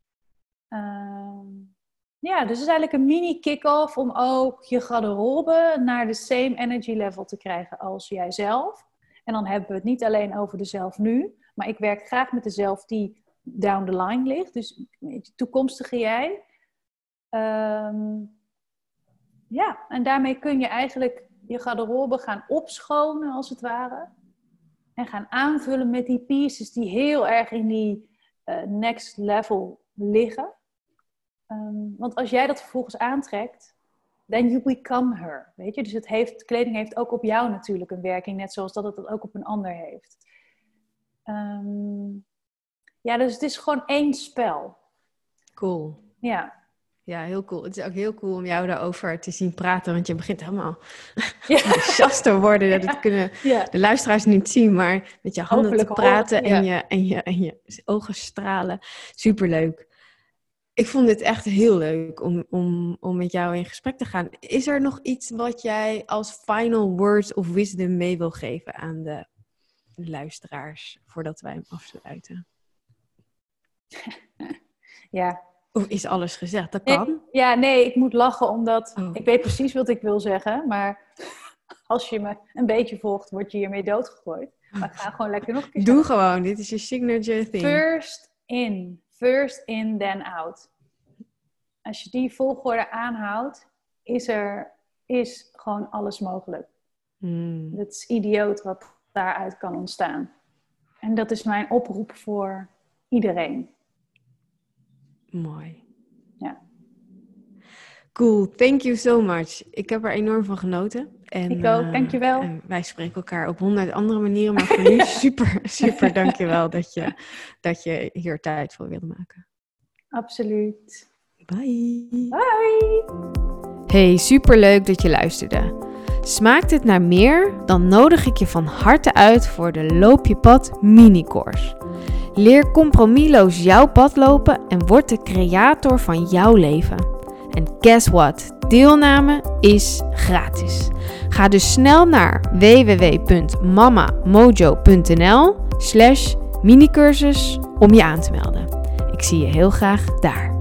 Um, ja, dus het is eigenlijk een mini kick-off om ook je garderobe naar de same energy level te krijgen als jijzelf. En dan hebben we het niet alleen over de zelf nu, maar ik werk graag met de zelf die down the line ligt. Dus de toekomstige jij. Um, ja, en daarmee kun je eigenlijk je garderobe gaan opschonen als het ware. En gaan aanvullen met die pieces die heel erg in die uh, next level liggen. Um, want als jij dat vervolgens aantrekt, then you become her, weet je. Dus het heeft, kleding heeft ook op jou natuurlijk een werking, net zoals dat het dat ook op een ander heeft. Um, ja, dus het is gewoon één spel. Cool. Ja. Ja, heel cool. Het is ook heel cool om jou daarover te zien praten, want je begint helemaal ja. enthousiast te worden. Dat het kunnen ja. de luisteraars niet zien, maar met je handen Hopelijk te praten horen, ja. en, je, en, je, en je ogen stralen. Superleuk. Ik vond dit echt heel leuk om, om, om met jou in gesprek te gaan. Is er nog iets wat jij als final words of wisdom mee wil geven aan de luisteraars voordat wij hem afsluiten? Ja. Of is alles gezegd? Dat kan. Nee, ja, nee, ik moet lachen omdat oh. ik weet precies wat ik wil zeggen. Maar als je me een beetje volgt, word je hiermee doodgegooid. Maar ik ga gewoon lekker nog een keer Doe zeggen. gewoon, dit is je signature thing. First in. First in, then out. Als je die volgorde aanhoudt, is er is gewoon alles mogelijk. Hmm. Het is idioot wat daaruit kan ontstaan. En dat is mijn oproep voor iedereen. Mooi. Ja. Cool, thank you so much. Ik heb er enorm van genoten. En, ik ook, uh, dankjewel. En wij spreken elkaar op honderd andere manieren, maar voor nu super, super dankjewel dat je, dat je hier tijd voor wilde maken. Absoluut. Bye. Bye. Hey, superleuk dat je luisterde. Smaakt het naar meer? Dan nodig ik je van harte uit voor de Loop je Pad mini-course. Leer compromisloos jouw pad lopen en word de creator van jouw leven. En guess what? Deelname is gratis. Ga dus snel naar www.mamamojo.nl slash minicursus om je aan te melden. Ik zie je heel graag daar.